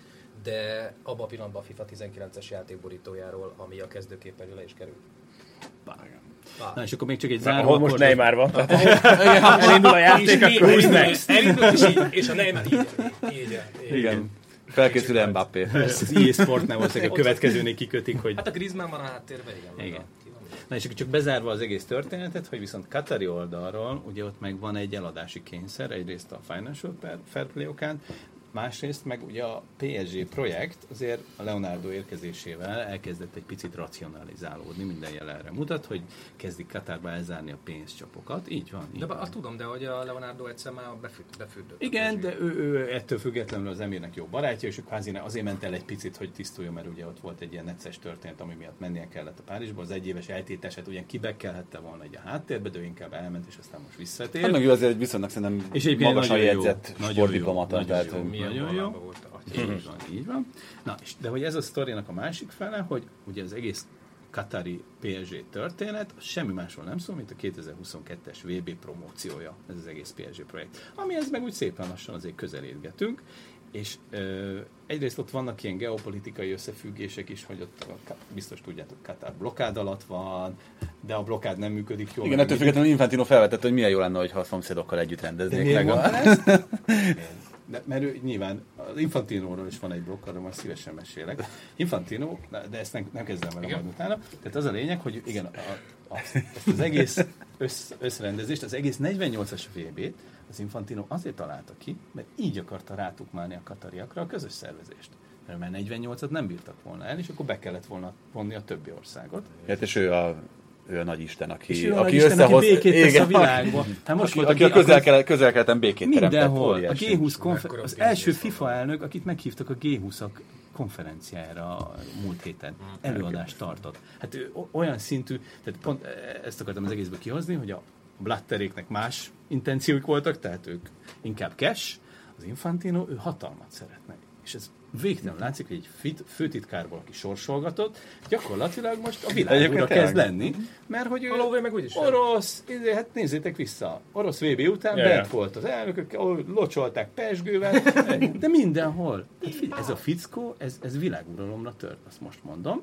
de abban a pillanatban a FIFA tizenkilences játékborítójáról, ami a kezdőképernyőre le is került. Bárgán. Na, és akkor még csak egy záró. Ahol most Neymar van. Elindul a játék, akkor who's next? Elindult, és, így, és a Neymar így, így, így. Igen. Felkészül Mbappé. Az i á Sportnál valószínűleg a következőnél kikötik, hogy... Hát a Griezmann van a háttérben, igen. igen. Na és csak bezárva az egész történetet, hogy viszont katari oldalról, ugye ott meg van egy eladási kényszer, egyrészt a Financial Fair Play okán, másrészt meg ugye a pé es gé projekt azért a Leonardo érkezésével elkezdett egy picit racionalizálódni, minden jel erre mutat, hogy kezdik Katárba elzárni a pénzcsapokat. Így van. Így de van. azt tudom, de hogy a Leonardo egyszer már befürdött. Igen, de ő, ő ettől függetlenül az Emirnek jó barátja, és ő kvázi azért ment el egy picit, hogy tisztuljon, mert ugye ott volt egy ilyen necces történet, ami miatt mennie kellett a Párizsba. Az egyéves eltéteshet ugyan kibekkelhette volna egy a háttérbe, de ő inkább elment, és aztán most visszatér. Hát meg ő azért viszonylag szerintem magasan jegyzett sportdiplomata. Nagyon jó. Így van, így van. Na, és, de hogy ez a sztorinak a másik fele, hogy ugye az egész katari pé es gé történet, semmi másról nem szól, mint a kétezer-huszonkettes vé bé promóciója, ez az egész pé es gé projekt. Amihez meg úgy szépen lassan azért közelítgetünk, és ö, egyrészt ott vannak ilyen geopolitikai összefüggések is, hogy ott biztos tudjátok, Katar blokkád alatt van, de a blokkád nem működik jól. Igen, ettől függetlenül Infantino felvetett, hogy milyen jó lenne, ha a szomszédokkal együtt rendeznék meg. De, mert ő, nyilván az Infantinóról is van egy blokk, arról majd szívesen mesélek. Infantino, de ezt nem, nem kezdem vele majd utána. Tehát az a lényeg, hogy igen, a, azt, ezt az egész össz, összrendezést, az egész negyvennyolcas vé bét az Infantino azért találta ki, mert így akarta rátukmálni a katariakra a közös szervezést. Mert már negyvennyolcat nem bírtak volna el, és akkor be kellett volna vonni a többi országot. Hát és ő a, ő a nagy Isten, aki, ő a aki Isten, összehoz... aki békét tesz a világban. Hát most aki, aki a közel-keleten közel békét teremtett. Mindenhol. A gé húsz konfer- az első FIFA elnök, akit meghívtak a gé húszak konferenciára múlt héten. Előadást tartott. Hát ő olyan szintű, tehát pont ezt akartam az egészből kihozni, hogy a Blatteréknek más intencióik voltak, tehát ők inkább cash, az Infantino, ő hatalmat szeretne. És ez végtelenül látszik, hogy egy fit, főtitkárból, aki sorsolgatott, gyakorlatilag most a világúra kezd lenni, mert hogy ő meg orosz, izé, hát nézzétek vissza, orosz vé bé után yeah. bent volt az elnökök, locsolták pezsgővel, de mindenhol. Hát figyelj, ez a fickó, ez, ez világuralomra tört, azt most mondom.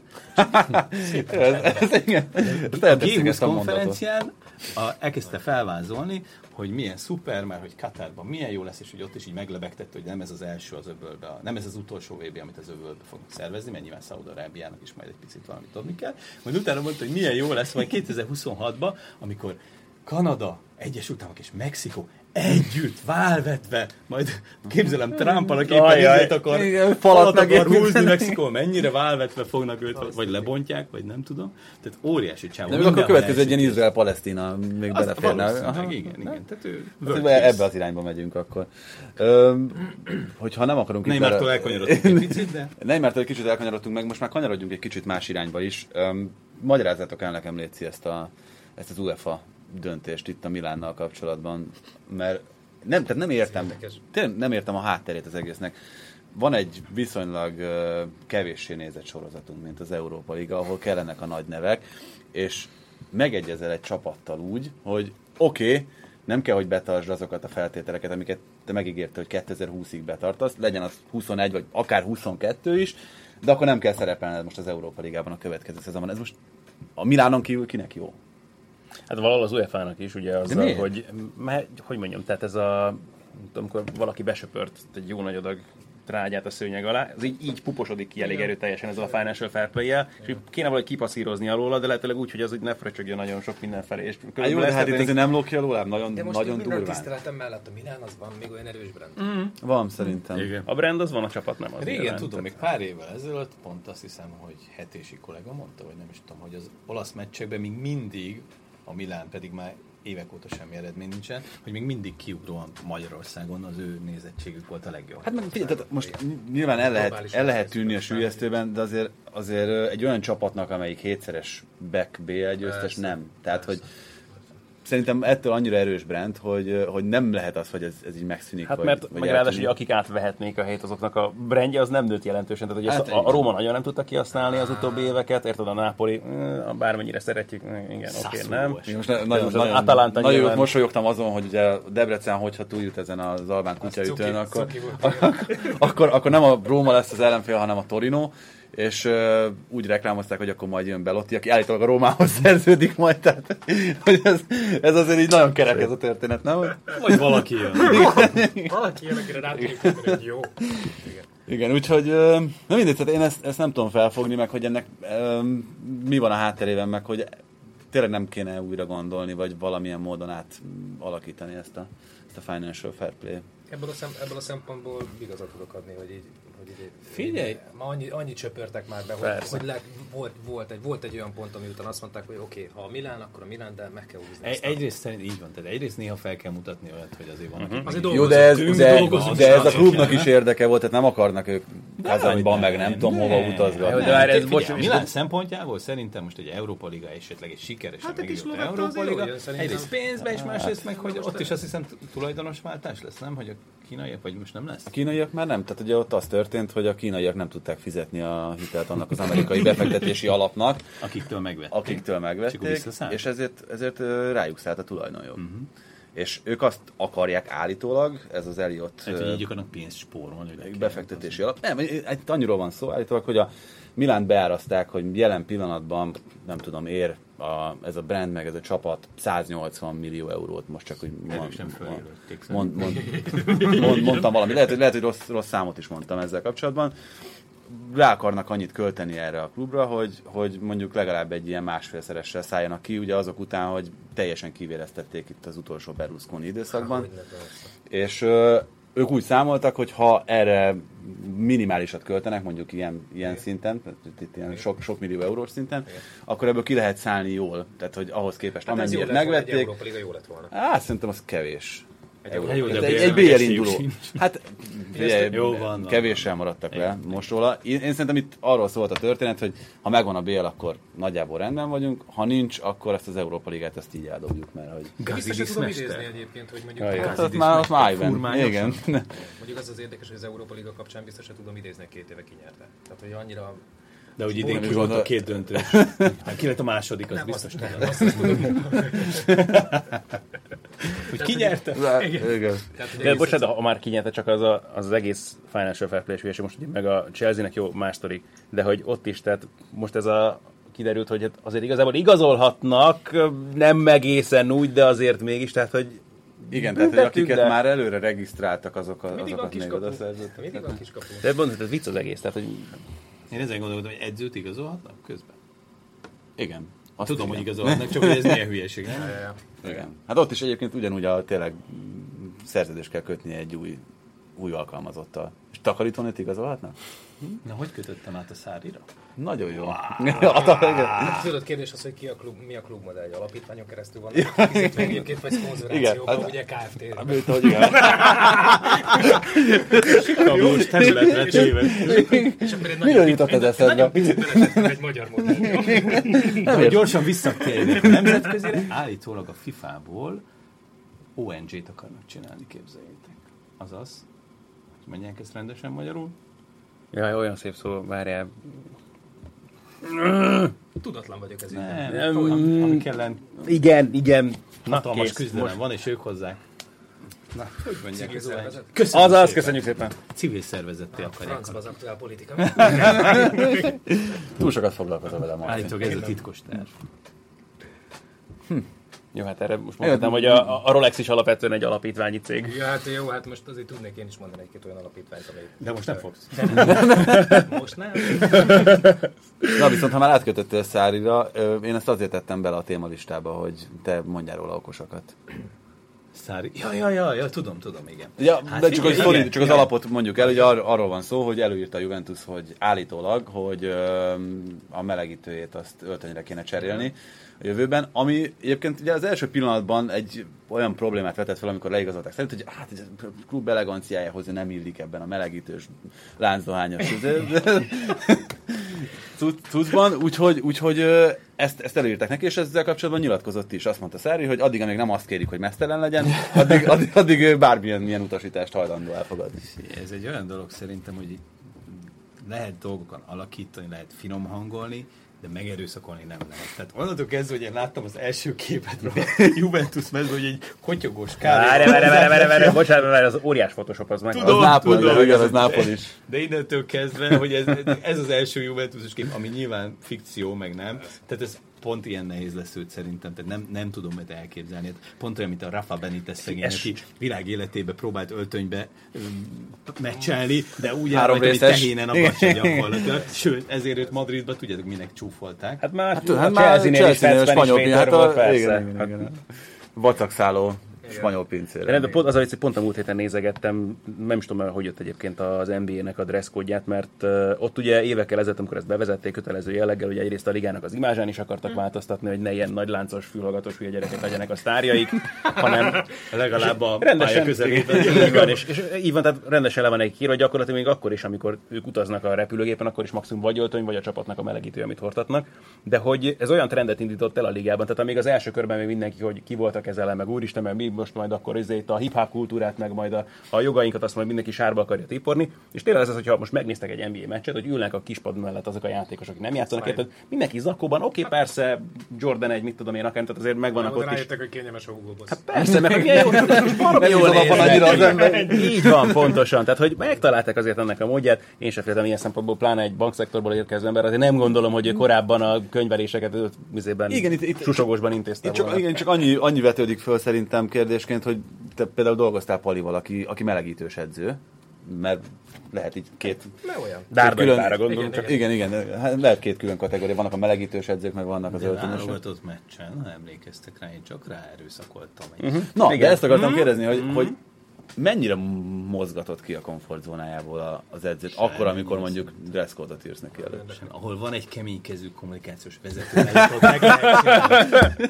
ez, ez, igen. A gé húsz konferencián a, elkezdte felvázolni, hogy milyen szuper, mert hogy Katarban milyen jó lesz, és hogy ott is így meglebegtette, hogy nem ez az első az öbölbe, nem ez az utolsó vé bé, amit az öbölbe fognak szervezni, mert nyilván Szaúd-Arábiának is majd egy picit valamit adni kell. Majd utána mondta, hogy milyen jó lesz majd kétezer-huszonhatban, amikor Kanada, Egyesült Államok és Mexikó együtt, válvetve, majd képzelem Trumpal, aki éppen ezért akar, falat akar húzni Mexikó, mennyire válvetve fognak őt, vagy, vagy lebontják, vagy nem tudom. Tehát óriási csávó. De még akkor következő egy ilyen Izrael-Palesztina még beleférne. Igen, igen. Tehát ő ebbe az irányba megyünk akkor. Hogyha nem akarunk... Neymartól elkanyarodtunk egy picit, de... Neymartól egy kicsit elkanyarodtunk meg, most már kanyarodjunk egy kicsit más irányba is. Magyarázzátok el nekem, létszi, ezt, a, ezt az UEFA döntést itt a Milánnal kapcsolatban, mert nem, tehát nem értem, tényleg nem értem a hátterét az egésznek. Van egy viszonylag uh, kevéssé nézett sorozatunk, mint az Európa Liga, ahol kellenek a nagy nevek, és megegyezel egy csapattal úgy, hogy oké, okay, nem kell, hogy betartsd azokat a feltételeket, amiket te megígérte, hogy kétezer-húszig betartasz, legyen az huszonegy, vagy akár huszonkettő is, de akkor nem kell szerepelned most az Európa Ligában a következő szezonban. Ez most a Milánon kívül kinek jó? Hát valahol az UEFA-nak is, ugye azzal, hogy, mert, hogy mondjam, tehát ez a, amikor valaki besöpört egy jó nagy adag trágyát a szőnyeg alá, az így, így puposodik ki elég erőteljesen ezzel a Financial Fair Play-jel, és kéne valahogy kipasszírozni alóla, de lehetőleg úgy, hogy az úgy ne fröcsögjön nagyon sok mindenfelé. És hát jó, de hát itt azért nem lók ki alóla, nagyon, de most nagyon durván. De most tiszteletem mellett a Milán, az van még olyan erős brand. Mm. Van szerintem. Igen. A brand az van, a csapat nem az. Régen nyilván, tudom, még pár évvel ezelőtt, pont azt hiszem, hogy Hetési kollega mondta, vagy nem is tudom, hogy az olasz meccsekben még mindig, a Milán pedig már évek óta semmi eredmény nincsen, hogy még mindig kiugróan Magyarországon az ő nézettségük volt a legjobb. Hát meg figyelj, tehát most nyilván el lehet, el lehet tűnni a sülyeztőben, de azért, azért egy olyan csapatnak, amelyik hétszeres back bé el győztes, nem. Tehát, hogy szerintem ettől annyira erős brand, hogy, hogy nem lehet az, hogy ez, ez így megszűnik. Hát vagy, mert vagy meg ráadásul, hogy akik átvehetnék a helyét, azoknak a brandje az nem nőtt jelentősen. Tehát, hogy hát ezt a, a Róma nagyon nem tudta kihasználni az utóbbi éveket, érted, a Napoli, bármennyire szeretjük, igen, oké, okay, nem. Most nagyon, nagyon, nagyon, nagyon jót mosolyogtam azon, hogy ugye Debrecen, hogyha túljut ezen az albán kutyaütőn, akkor, akkor, akkor nem a Róma lesz az ellenfél, hanem a Torino. És uh, úgy reklámozták, hogy akkor majd jön Belotti, aki állítólag a Rómához szerződik majd, tehát hogy ez, ez azért így nagyon kerek ez a történet, nem? Vagy valaki jön. Valaki jön, akire rátérjük, hogy jó. Igen. Igen, úgyhogy uh, na mindegy, tehát én ezt, ezt nem tudom felfogni, meg hogy ennek um, mi van a hátterében, meg hogy tényleg nem kéne újra gondolni, vagy valamilyen módon átalakítani ezt a, ezt a Financial Fair Play. Ebből a, szem, ebből a szempontból igazat tudok adni, hogy így, hogy így figyelj! Így, ma annyi, annyi csöpörtek már be, hogy, hogy le, volt, volt, egy, volt egy olyan pont, ami után azt mondták, hogy oké, okay, ha a Milán, akkor a Milán, de meg kell húzni. Egy, egyrészt szerint így van, tehát egyrészt néha fel kell mutatni olyat, hogy azért van. Uh-huh. Azért jó, de ez, de, de ez a klubnak is érdeke volt, tehát nem akarnak ők Kazanyban, meg nem tudom hova utazgatni. De várj, ez bocs, Milán szempontjából szerintem most egy Európa Liga esetleg egy sikeres Európa Liga, egyrészt pénzbe, és másrészt meg, hogy ott is azt hiszem tulajdonosváltás lesz, nem? Hogy a kínaiak, vagy most nem lesz? A kínaiak már nem, tehát ugye ott az történt, hogy a kínaiak nem tudták fizetni a hitelt annak az amerikai befektetési alapnak, akiktől megvették, akiktől megvették és ezért, ezért rájuk szállt a tulajdonjog. Uh-huh. És ők azt akarják állítólag, ez az Elliot... Hát, hogy így akarnak pénzt spórolni. Befektetési alap. Nem, itt annyiról van szó állítólag, hogy a Milánt beáraszták, hogy jelen pillanatban, nem tudom, ér a, ez a brand, meg ez a csapat száznyolcvan millió eurót, most csak, hogy mond, mond, mond, mond, mond, mondtam valami. Lehet, hogy, lehet, hogy rossz, rossz számot is mondtam ezzel kapcsolatban. rá akarnak annyit költeni erre a klubra, hogy, hogy mondjuk legalább egy ilyen másfélszeressel szálljanak ki, ugye azok után, hogy teljesen kivéreztették itt az utolsó Berlusconi időszakban. És ö, ők úgy számoltak, hogy ha erre minimálisat költenek, mondjuk ilyen, ilyen szinten, itt ilyen sok, sok millió eurós szinten, igen. akkor ebből ki lehet szállni jól. Tehát, hogy ahhoz képest, hát amennyiért megvették... Egy Európa Liga jó lett volna. Á, szerintem az kevés. Egy, jó, egy, egy bé el induló. Hát jó, van, kevéssel maradtak le igen. most róla. Én, én szerintem itt arról szólt a történet, hogy ha megvan a bé el, akkor nagyjából rendben vagyunk, ha nincs, akkor ezt az Európa Ligát ezt így eldobjuk, mert hogy... Vissza sem tudom idézni egyébként, hogy mondjuk... Jaj, hát már ott már igen. Mondjuk az az érdekes, hogy az Európa Liga kapcsán biztos sem tudom idézni, hogy két éve kinyerte. Tehát, hogy annyira... De hogy idén ki volt a két döntő. Hát ki lett a második, az nem, biztos nem. Nem, azt tudom. Hogy ki nyerte? Igen. De bocsánat, ha már kinyerte, csak az a, az, az egész Financial Fair Play-es hülyeség, most meg a Chelsea-nek jó más sztori, de hogy ott is, tehát most ez a kiderült, hogy azért igazából igazolhatnak, nem egészen úgy, de azért mégis, tehát hogy igen, tehát hogy akiket de... már előre regisztráltak, azok a, azokat még oda szerződtek. Mindig van kiskapu. De mondhatod, ez vicc az egész, tehát hogy... Én ezen gondolkodom, hogy edzőt igazolhatnak közben? Igen. Azt tudom, igen. hogy igazolhatnak, csak hogy ez milyen hülyeség, nem? Ja, ja, ja. Igen. Hát ott is egyébként ugyanúgy a tényleg szerződést kell kötni egy új, új alkalmazottal. És Takarítónőt igazolhatnak? Na, hogy kötöttem át a Sarrira? Nagyon jó. Wow. Tudod, kérdés az, hogy ki a klub, mi a klubmodell? Egy alapítványon keresztül van? Itt egyébként vagy szponzorációban, ugye ká ef té-re. Mint, hogy igen. Kablós területre téve. Miről jutott ez eszedbe? Nagyon picit beletettünk egy magyar modell. Gyorsan visszatérnek a nemzetközére. Állítólag a fifából o en gét akarnak csinálni, képzeljétek. Azaz, hogy mondják ezt rendesen magyarul? Jaj, olyan szép szó, várjál. Tudatlan vagyok ez így. Nem, ami ellen igen, igen. Hatalmas küzdelem van, és ők hozzák. Na, hogy mondják civil szervezet? Köszönjük Azaz, szépen. köszönjük szépen. Civil szervezetté akarják. Francba az aktuál politika. Túl sokat foglalkozol vele ma. Állítólag ez a titkos terv. Hm. Jó, hát erre most mondtam, hogy a, a Rolex is alapvetően egy alapítványi cég. Ja, hát jó, hát most azért tudnék én is mondani egy-két olyan alapítványt, amelyik... De most nem fogsz. Most nem. Na viszont, ha már átkötöttél Sarrira, én ezt azért tettem bele a témalistába, hogy te mondjál róla okosakat. Sarri. Ja, ja, ja, ja, tudom, tudom, igen. Ja, hát de csak, igen, az, igen, csak az alapot mondjuk el, hogy ar- arról van szó, hogy előírta a Juventus, hogy állítólag, hogy ö, a melegítőjét azt öltönyre kéne cserélni a jövőben, ami egyébként ugye az első pillanatban egy olyan problémát vetett fel, amikor leigazolták szerint, hogy hát a klub eleganciájához nem illik ebben a melegítős, láncdohányos cuccban, úgyhogy, úgyhogy ezt, ezt előírták neki, és ezzel kapcsolatban nyilatkozott is. Azt mondta Sarri, hogy addig, amíg nem azt kérik, hogy meztelen legyen, addig, addig, addig bármilyen milyen utasítást hajlandó elfogadni. Ez egy olyan dolog szerintem, hogy lehet dolgokat alakítani, lehet finom hangolni, de megerőszakolni nem lehet. Tehát onnantól kezdve, hogy én láttam az első képet a Juventus mezben, hogy egy kotyogós kávé. Várj, várj, várj, várj, várj, bocsánat, várj, az óriás Photoshop, az meg. Tudom, az Nápoli, tudom, igen, az Nápoli is. De innentől kezdve, hogy ez, ez az első Juventusos kép, ami nyilván fikció, meg nem. Tehát ez pont ilyen nehéz lesz őt szerintem, tehát nem, nem tudom mert elképzelni. Pont olyan, mint a Rafa Benitez szegény, aki világ életébe próbált öltönybe meccselni, de úgy áll, hogy tehénen akadja gyakorlatilag. Sőt, ezért őt Madridba, tudjátok, minek csúfolták. Hát már hát, hát, a Chelsea-nél is hetven méter volt, persze. Vacakszálló spanyol pincére. De pont, az, hogy pont a múlt héten nézegettem, nem is tudom, hogy jött egyébként az en bé á-nek a dresszkódját, mert uh, ott ugye évekkel ezelőtt, amikor ezt bevezették kötelező jelleggel, ugye egyrészt a ligának az imázsán is akartak változtatni, hogy ne ilyen nagy láncos, fülhallgatós hülye gyerekek legyenek a sztárjaik, hanem legalább a rendesen, pálya közelében. Így van, és, és így van, tehát rendesen le van egy hír, hogy gyakorlatilag még akkor is, amikor ők utaznak a repülőgépen, akkor is maximum vagy öltöny, vagy a csapatnak a melegítő, amit hordtatnak. De hogy ez olyan trendet indított el a ligában, tehát amíg az első körben még mindenki, hogy ki voltak kezelve, meg úristen, mert mi most majd akkor itt a hip-hop kultúrát, meg majd a, a jogainkat azt majd mindenki sárba akarja tiporni. És tényleg ez az, hogyha most megnéztek egy en bé á meccset, hogy ülnek a kispad mellett azok a játékosok, akik nem játszanak, érted, mindenki zakóban, oké, okay, persze, Jordan egy, mit tudom én, akár, tehát azért megvannak ott is. Rájöttek, hogy kényelmes a Hugo Boss. Hát persze, meg milyen jó, baromi jól néznek. Így van, pontosan. Tehát, hogy megtalálták azért ennek a módját. Én sem féltem ilyen szempontból, pláne egy bankszektorból érkező ember, azért nem gondolom, hogy korábban a könyveléseket vizében, susogósban intézte csak, volna. Igen, csak annyi, annyi vetődik föl szerintem kérdésként, hogy te például dolgoztál Palival, aki, aki melegítős edző, mert lehet így két... Dárdaitára gondolunk. Csak igen, igen, hát lehet két külön kategória. Vannak a melegítős edzők, meg vannak az öltönyösök. De válogatott meccsen, ha emlékeztek rá, én csak rá erőszakoltam. Uh-huh. Na, igen. De ezt akartam uh-huh. kérdezni, hogy, uh-huh. hogy mennyire mozgatott ki a komfortzónájából az edzőt, Semmi akkor, amikor mondjuk dresszkódot írsz neki előtt. Ahol van egy keménykezű kommunikációs vezető, ott meg lehet csinálni.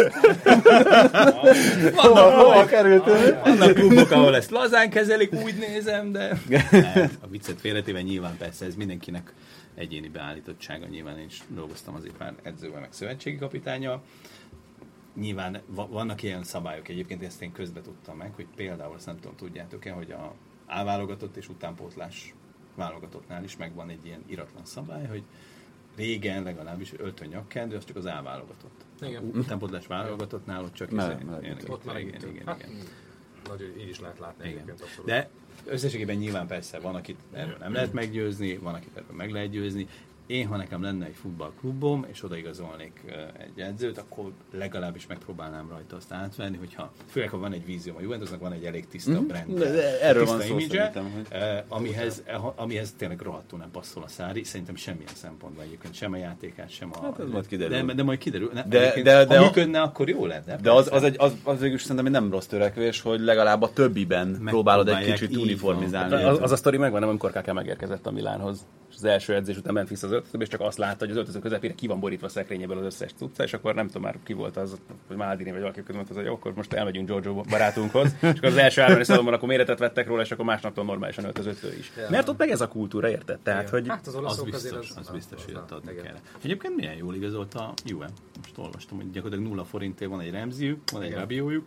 Vannak klubok, ahol ezt lazán kezelik, úgy nézem, de a viccet félretéve nyilván persze ez mindenkinek egyéni beállítottsága. Nyilván én is dolgoztam azért pár edzővel, meg szövetségi kapitánnyal. Nyilván vannak ilyen szabályok, egyébként ezt én közben tudtam meg, hogy például, azt nem tudom, tudjátok-e, hogy a A-válogatott és utánpótlás válogatottnál is megvan egy ilyen iratlan szabály, hogy régen legalábbis öltöny nyakkendő, az csak az A-válogatott. Igen. Utánpótlás válogatottnál ott csak nem, ez nem, igen, ott igen, igen, igen, hát, igen. Nagy, így is lehet látni egyébként abszolút. De összességében nyilván persze van, akit erről nem lehet meggyőzni, van, akit erről meg lehet győzni. Én, ha nekem lenne egy futballklubom, és odaigazolnék egy edzőt, akkor legalábbis megpróbálnám rajta azt átvenni, hogyha főleg, ha van egy vízió, a Juventusnak van egy elég tiszta mm-hmm. brand, erről tiszta van szó image, amihez, amihez tényleg rohadtul nem passzol a Szári, szerintem semmilyen szempontban egyébként, sem a játékát, sem a... Hát ez majd kiderül. De, de majd kiderül. Ne, de, de, de, ha működne, akkor jó lenne. De az, az, egy, az, az végül szerintem egy nem rossz törekvés, hogy legalább a többiben próbálod egy kicsit uniformizálni. Az, az a sztori megvan, amikor Kaká megérkezett a Milánhoz. Az első edzés után ment vissza az öltözőbe, és csak azt látta, hogy az öltöző közepére ki van borítva a szekrényéből az összes cucca, és akkor nem tudom már ki volt az, hogy Maldini vagy valaki között mondta, hogy jó, akkor most elmegyünk Giorgio barátunkhoz, és akkor az első állani szalomban akkor méretet vettek róla, és akkor másnaptól normálisan öltözött ő is. Ja. Mert ott meg ez a kultúra, érted? Tehát, hogy hát az, az biztos, az, az biztos, hogy ott adni kell. Egyébként milyen jól igazolt a Juve. Most olvastam, hogy gyakorlatilag nulla forintért van egy Remziük, van egy Rabiójuk.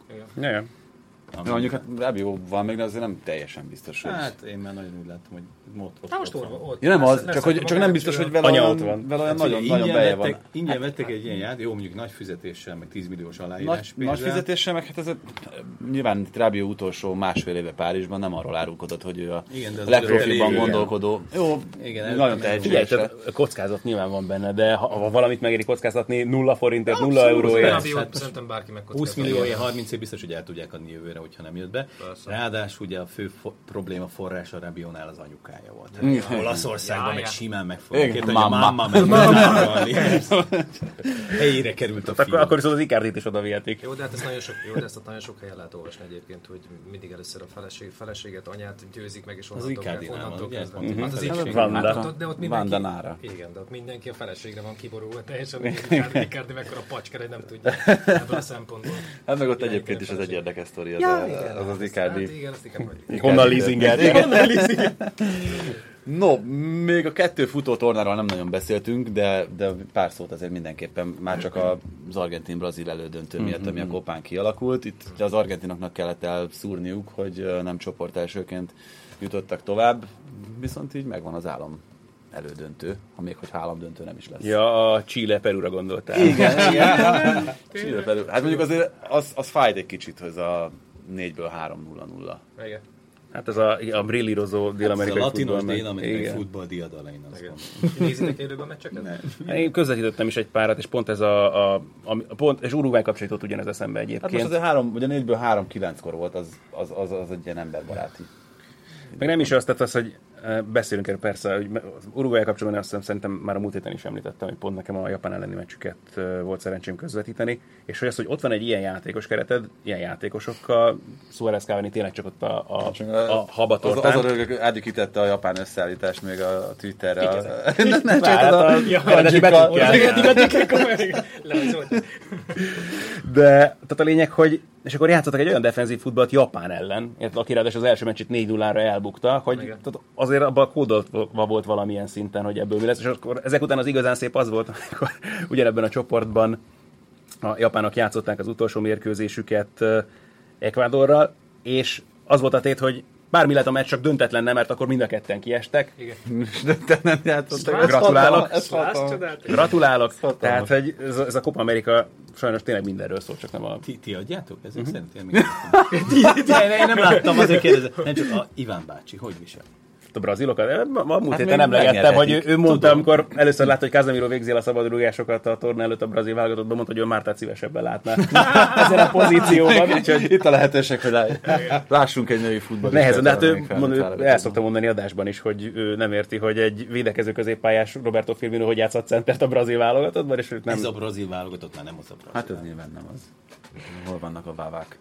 Ja, mondjuk hát Rabió van még, de azért nem teljesen biztos, hogy... Hát én már nagyon úgy láttam, hogy ott, ott, hát most ott, ott, ott ja, nem az, csak, hogy, csak nem biztos, hogy vele olyan, van. Vele olyan hát, nagyon, nagyon beje van. Ingyen vettek egy ilyen ját, jó, mondjuk nagy fizetéssel, meg tíz milliós aláírás nagy, nagy fizetéssel, meg hát ez a, nyilván Rabió utolsó másfél éve Párizsban nem arról árulkodott, hogy ő a legprofiban gondolkodó. Jó, igen, nagyon tehetséges. Kockázat nyilván van benne, de ha valamit megéri kockáztatni, nulla forintért, nulla euróért. Szerintem bárki megkockáztatja. húsz millióért, harmincért biztos, hogy el tudják adni jövőre, hogyha nem jött be. Persze. Ráadásul ugye a fő fo- probléma forrása Rabiónál az anyukája volt. Mm. Olaszországban meg simán meg fogják érteni, hogy a mamma meg megvállalni. Helyére került a fiú. Akkor, akkor viszont az Icardit is odavihetik. Jó, de hát ezt nagyon sok, jó, de ezt nagyon sok helyen lehet olvasni egyébként, hogy mindig először a feleség, feleséget, anyát győzik meg, és onnantól kezdve. Hát az Vanda. De ott mindenki, igen, de ott mindenki a feleségre van kiborulva, teljesen Icardi mekkora pacska, hogy nem tudja ebből a szempontból. Hát meg ott egyébként is ez egy érdekes sztori, az az, az Icardi. Hát igen, azt Icardi. Honnan leasingelt. No, még a kettő futó tornáról nem nagyon beszéltünk, de, de pár szót azért mindenképpen már csak az argentin-brazil elődöntő miatt, mm-hmm. ami a kopán kialakult. Itt az argentinoknak kellett elszúrniuk, hogy nem csoport elsőként jutottak tovább, viszont így megvan az állam elődöntő, ha még hogy államdöntő nem is lesz. Ja, a Chile-Perúra gondoltál. Igen, igen. Chile-Perú. Hát mondjuk azért az, az fájt egy kicsit, hogy a négyből három nulla nulla. Igen. Hát ez a, a brillírozó dél-amerikai hát futball. Ez a latinos dél-amerikai futball diadalain. Nézitek élőben meccseket? Én közvetítettem is egy párat, és pont ez a, a, a, a pont, és Uruguay kapcsolatot ugyanez eszembe egyébként. Hát most azért három, ugye négyből három kilenckor volt, az, az, az, az egy ilyen emberbaráti. Meg nem is azt, tehát az, hogy beszélünk erről persze, hogy Uruguay kapcsolatban azt hiszem, szerintem már a múlt héten is említettem, hogy pont nekem a japán elleni meccsüket volt szerencsém közvetíteni, és hogy az, hogy ott van egy ilyen játékos kereted, ilyen játékosokkal, Suárez Cavani tényleg csak ott a, a, a habatortán. Az, az a rögök átgyükítette a japán összeállítást még a Twitterre. Nem csak az a kanjikkal. De tehát a lényeg, hogy és akkor játszottak egy olyan defenzív futballt Japán ellen, aki ráadásul az első meccsét négy nullára elbukta, hogy azért abban kódolva volt valamilyen szinten, hogy ebből mi lesz, és akkor ezek után az igazán szép az volt, amikor ugyanebben a csoportban a japánok játszották az utolsó mérkőzésüket Ecuadorral, és az volt a tét, hogy bármi lett a meccs, csak döntetlen nem, mert akkor mind a ketten kiestek. Igen. Döntetlen játszottak. Gratulálok. Gratulálok. Tehát, hogy ez, ez a Copa America sajnos tényleg mindenről szól, csak nem a... Ti, ti adjátok? Ezek uh-huh. szerint én még nem. Én nem láttam, azért kérdezem. Nem csak a Iván bácsi, hogy visel? a brazilokat. A múlt héten emlegettem, hogy ő, ő mondta, amikor először látta, hogy Casemiro végzi el a szabadrúgásokat a torna előtt a brazil válogatottban, mondta, hogy ő Mártát szívesebben látná ezen a pozícióban. Úgyhogy itt a lehetőség, hogy lássunk egy női futballistát. Nehezen, de hát ő, mond, el szokta mondani adásban is, hogy ő nem érti, hogy egy védekező középpályás Roberto Firmino hogy játszott centert a brazil válogatottban, és ők nem... Ez a brazil válogatott már nem az a brazil. Hát ez nyilván nem az. Hol vannak a vávák?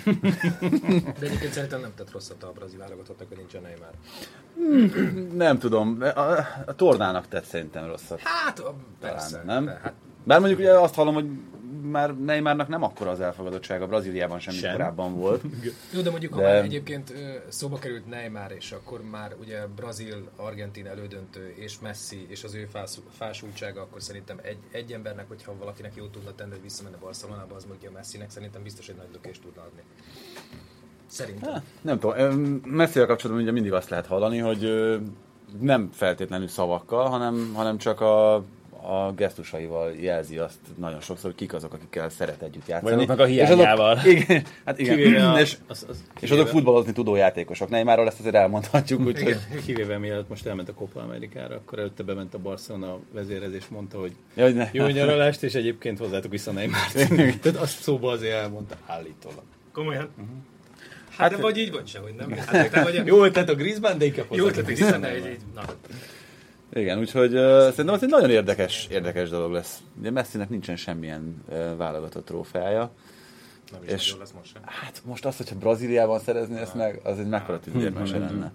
De egyébként szerintem nem tett rosszat a brazil válogatottnak, hogy nincsen Neymar. Hmm, nem tudom, a, a tornának tett szerintem rosszat. Hát, persze. Talán, nem? De, hát, bár mondjuk ugye azt hallom, hogy már Neymarnak nem akkora az elfogadottsága, Brazíliában sem, sem. korábban volt. Jó, de mondjuk, de... ha már egyébként szóba került Neymar, és akkor már ugye Brazil-Argentin elődöntő, és Messi, és az ő fásultsága, akkor szerintem egy, egy embernek, hogyha valakinek jót tudna tenni, hogy visszamenne Barcelonába, az mondja Messinek, szerintem biztos egy nagy lökést tudna adni. Szerintem. Hát, nem tudom, Messivel kapcsolatban ugye mindig azt lehet hallani, hogy nem feltétlenül szavakkal, hanem, hanem csak a a gesztusaival jelzi azt nagyon sokszor, hogy kik azok, akikkel szeret együtt játszani. Vagy azok a hiányával. Azok, igen, hát igen. A, és, az, az és azok futballozni tudó játékosok. Neymarról ezt azért elmondhatjuk. Úgy, hogy... Kivéve mielőtt most elment a Copa Amerikára, akkor előtte bement a Barcelona vezérezés, mondta, hogy ja, hogy jó nyaralást, és egyébként hozzátok vissza Neymart. Tehát azt szóba azért elmondta állítólag. Komolyan? Uh-huh. Hát, hát vagy így, vagy se, hogy nem. Hát, vagy a... Jó, tehát a Griezmann, de inkább hozzá. Jó, tehát a Griezmann, de így, na. Igen, úgyhogy uh, szerintem az egy nagyon érdekes, érdekes dolog lesz. Ugye Messinek nincsen semmilyen uh, válogatott trófeája. Nem is és, lesz most sem. Hát most azt, hogyha Brazíliában szerezni ezt meg, az egy mekkora tündérmese lenne.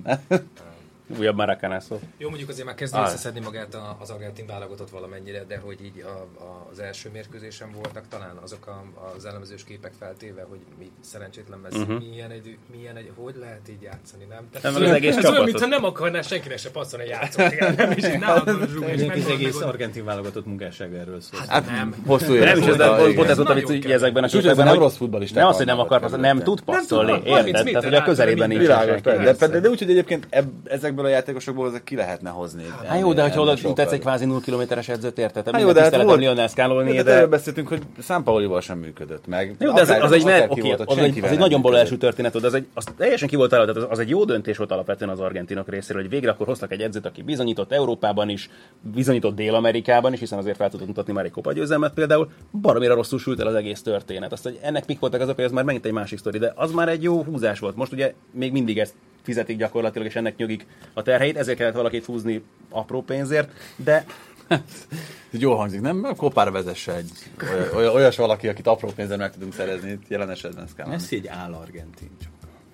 Újabb Maracanászó. Jó, mondjuk azért már kezd ah. összeszedni magát az argentin válogatott valamennyire, de hogy így a, a, az első mérkőzésen voltak talán azok a, az elemzős képek feltéve, hogy mi szerencsétlen Messi, uh-huh. milyen, egy, milyen egy, hogy lehet így játszani, nem? Tehát nem az egész ez olyan, mintha nem akarná senkinek se passzolni játszani, nem? És így nálam az egész argentin válogatott munkássága erről szól. Hát nem. Hosszú nem is, de pont ez volt, amit ezekben a képekben, nem rossz futballista. Nem az, hogy nem akar, nem tud passzolni, érted? Tehát, hogy a közelében nincs. De úgy, hogy egyébként ezekből a játékosokból ki lehetne hozni. Hát jó, de hogyha oda tetsz egy kvázi nulla kilométeres edzőt, érted? Hát jó, de hát volt, Lionel Scaloni, de... de beszéltünk, hogy Sampaolival sem működött meg. Jó, de az, az, egy, ne, okay, az, egy, az egy nagyon bal első történet, az egy, az teljesen ki volt találva, az egy jó döntés volt alapvetően az argentinok részéről, hogy végre akkor hoztak egy edzőt, aki bizonyított Európában is, bizonyított Dél-Amerikában is, hiszen azért fel tudott mutatni már egy Copa győzelmet például, baromira rosszul sült el az egész történet. Azt, hogy ennek mik voltak azok, hogy az már megint egy másik sztori, de az már egy jó húzás volt. Most ugye még mindig ezt fizetik gyakorlatilag, és ennek nyögik a terheit, ezért kellett valakit húzni apró pénzért, de... Jól hangzik, nem? A Kopára vezesse egy oly, olyas valaki, akit apró pénzzel meg tudunk szerezni, itt jelen esetben ez kell. Messi egy áll-argentin csak.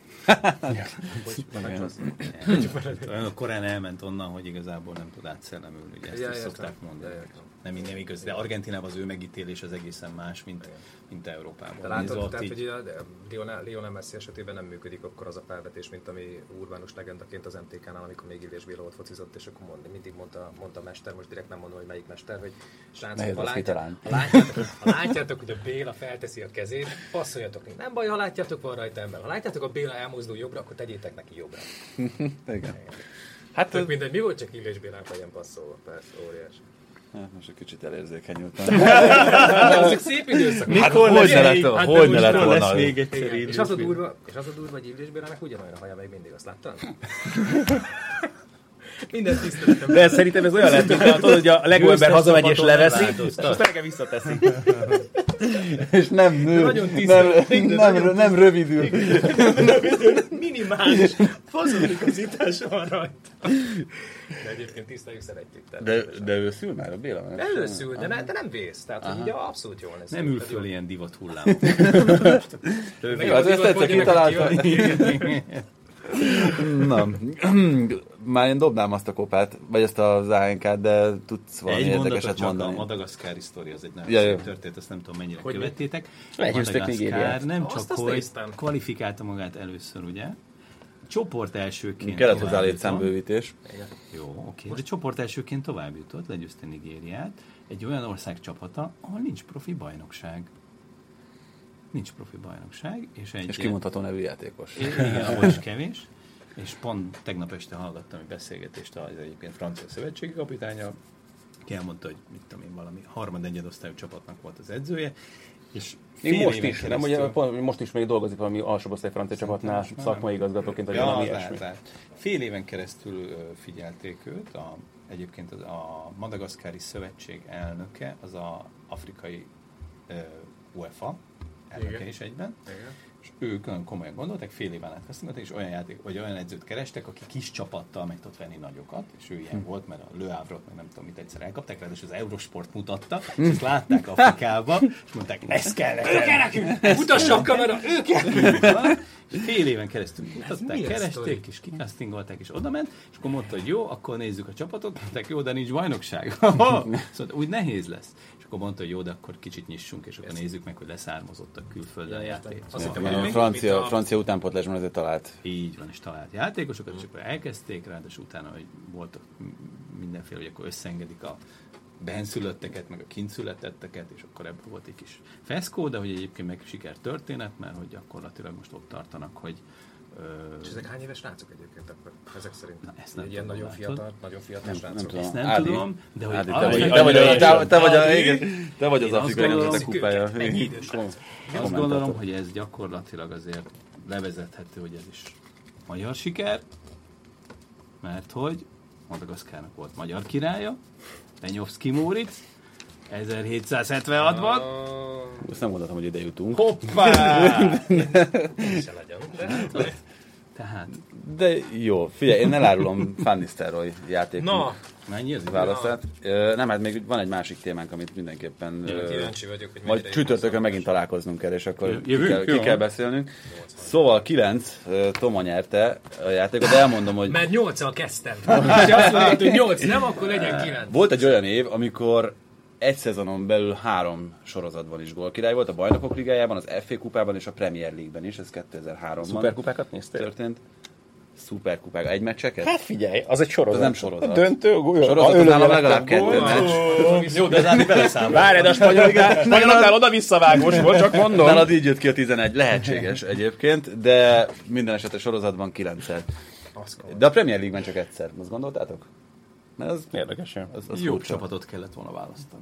Olyan korán elment onnan, hogy igazából nem tud átszellemülni, ugye ezt ja, is szokták mondani. Nem, nem igaz, de Argentinában az ő megítélés az egészen más, mint, mint Európában. De látod, tehát, hogy Lionel, Lionel Messi esetében nem működik akkor az a felvetés, mint ami Urbánus legendaként az em té ká-nál, amikor még Illés Béla ott focizott, és akkor mond, mindig mondta, mondta a mester, most direkt nem mondom, hogy melyik mester, hogy srácok, ha, látját, ha, látjátok, ha látjátok, hogy a Béla felteszi a kezét, passzoljatok, nem baj, ha látjátok, van rajta ember. Ha látjátok, a Béla elmozdul jobbra, akkor tegyétek neki jobbra. Igen. Hát tök mindegy, mi volt csak Illés Bélának legyen passzolva, persze, óriás. Hát most egy kicsit elérzékenyültem. Ezek szép időszak. Mikor hát, hogy ne lett, hát, hogy ne lett volna? És az a durva, és az a durva, hogy Illés Bélának ugyanolyan a haja még mindig, azt láttad? Minden tiszteletem. De szerintem ez olyan lett, mint tudod, hogy a legó ember hazamegy és leveszi, és azt reggel visszateszi. És nem nő, nem, nem, nem rövidül. Minimális fazonigazítás van rajta. De egyébként tiszteljük, szeretjük. De, de ő szül már a Béla? De előszül, de, ne, de nem vész. Tehát ugye abszolút jól lesz. Nem ül föl ilyen divat hullámot. Az ezt egyszer kitalálta. Na, már én dobnám azt a kopát, vagy azt az á en ká-t, de tudsz valami egy érdekeset mondani. A madagaszkári sztori, az egy nagyon ja, szép történet, azt nem tudom mennyire hogy követtétek. Madagaszkár nem csak, hogy kvalifikálta magát először, ugye? Csoport elsőként kellett hozzá létszámbővítés. Jó, oké. De csoport elsőként tovább jutott, legyőzte Nigériát. Egy olyan ország csapata, ahol nincs profi bajnokság. Nincs profi bajnokság. És, egy és kimondható nevű játékos. Igen, ahol is kevés. És pont tegnap este hallgattam egy beszélgetést az egyébként francia szövetségi kapitánya, ki elmondta, hogy mit tudom én, valami harmad-negyed osztályú csapatnak volt az edzője, és Még most is, nem, ugye, most is még dolgozik valami alsóosztály francia csapatnál szakmai igazgatóként, vagy ja, valami lát, ilyesmi. lát. Fél éven keresztül figyelték őt, a, egyébként az, a Madagaszkári Szövetség elnöke, az a afrikai uh, UEFA elnöke Igen. is egyben, Igen. és ők olyan komolyan gondolták, fél éven át használták, és olyan játék, vagy olyan edzőt kerestek, aki kis csapattal meg tudott venni nagyokat, és ő ilyen hm. volt, mert a Le Havre-ot, meg nem tudom mit egyszer elkapták, ráadásul az Eurosport mutatta, és ezt látták Afrikába, és mondták, ez kell nekünk, mutassa a kamera, ő kell! Fél éven keresztül mutatták, keresték, és kikasztingolták, és oda ment, és akkor mondta, hogy jó, akkor nézzük a csapatot, mondták, jó, de nincs bajnokság. Szóval úgy nehéz lesz. És akkor mondta, hogy jó, de akkor kicsit nyissunk, és akkor nézzük meg, hogy leszármazottak külföldön játék. A francia, francia utánpótlásban azért talált. Így van, és talált játékosokat, és akkor elkezdték, ráadásul utána, hogy voltak mindenféle, hogy akkor összeengedik a benszülötteket, meg a kintszületetteket, és akkor ebből volt egy kis feszkó, de hogy egyébként meg sikertörténet, mert hogy gyakorlatilag most ott tartanak, hogy... Ö... És ezek hány éves srácok egyébként akkor? Ezek szerint? Na, ezt nem egy ilyen nagyon fiatal, nagyon fiatal nem, srácok. Nem ezt nem Ádi, tudom, de hogy... Ádi, te, vagy, te, vagy, te, te, vagy, a, igen, te vagy az afrikai nemzetek kupája. Mennyi idős Azt gondolom, hogy ez gyakorlatilag azért levezethető, hogy ez is magyar siker, mert hogy Madagaszkárnak volt magyar királya, Benyovszky Móricz, ezerhétszázhetvenhatban. Uh, Azt nem mondhatom, hogy ide jutunk. Hoppá! Tehát. De jó, figyelj, én elárulom Van Nistelrooy játékunk no. választát. No. Nem, hát még van egy másik témánk, amit mindenképpen kíváncsi vagyok, hogy majd csütörtökön megint találkoznunk kell, és akkor ki kell, ki kell beszélnünk. Szóval kilenc Toma nyerte a játékot, de elmondom, hogy... Mert nyolccal kezdtem. Ha azt mondod, hogy nyolc nem, akkor legyen kilenc. Volt egy olyan év, amikor egy szezonon belül három sorozatban is gólkirály volt, a Bajnokok Ligájában, az ef á kupában és a Premier League-ben is, ez kétezer-háromban. Szuperkupákat néztél? Történt. Szuperkupák, egy meccseket? Hát figyelj, az egy sorozat. Az nem sorozat. A döntő, sorozatot nálam legalább kettő meccs. Jó, de az Ádi beleszámol. Várj, de a spanyoloknál oda-visszavágós volt, csak mondom. Nálad így jött ki a tizenegy, lehetséges egyébként, de minden esetre sorozatban kilencszer. De a Premier League-ben csak egyszer, azt gondoltátok? Ez érdekes, az, az jobb csapatot kellett volna választani.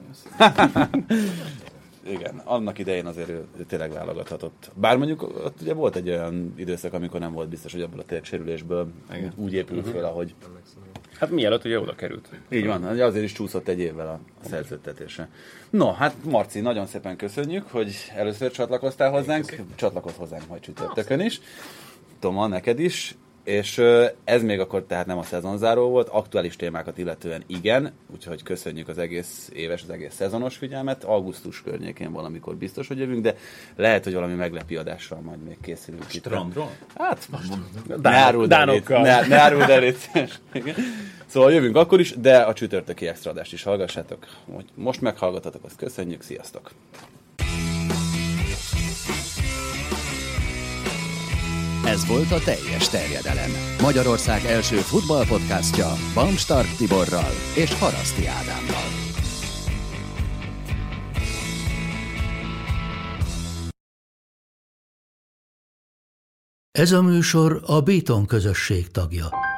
Igen, annak idején azért ő, ő tényleg válogathatott. Bár mondjuk ott ugye volt egy olyan időszak, amikor nem volt biztos, hogy abból a tényleg sérülésből igen. úgy épül uh-huh. föl, ahogy... Hát mielőtt ugye oda került. Így van, azért is csúszott egy évvel a, a szerződtetése. No, hát Marci, nagyon szépen köszönjük, hogy először csatlakoztál hozzánk. Csatlakozz hozzánk majd csütörtökön is. Toma, neked is. És ez még akkor tehát nem a szezonzáró volt, aktuális témákat illetően igen, úgyhogy köszönjük az egész éves, az egész szezonos figyelmet. Augusztus környékén valamikor biztos, hogy jövünk, de lehet, hogy valami meglepi adással majd még készülünk. Strandról? Hát, ne áruld el, ne, ne áruld el. Szóval jövünk akkor is, de a csütörtöki extra adást is hallgassátok. Most meghallgatatok, azt köszönjük, sziasztok! Ez volt a Teljes Terjedelem. Magyarország első futballpodcastja Bamstark Tiborral és Haraszti Ádámmal. Ez a műsor a Béton közösség tagja.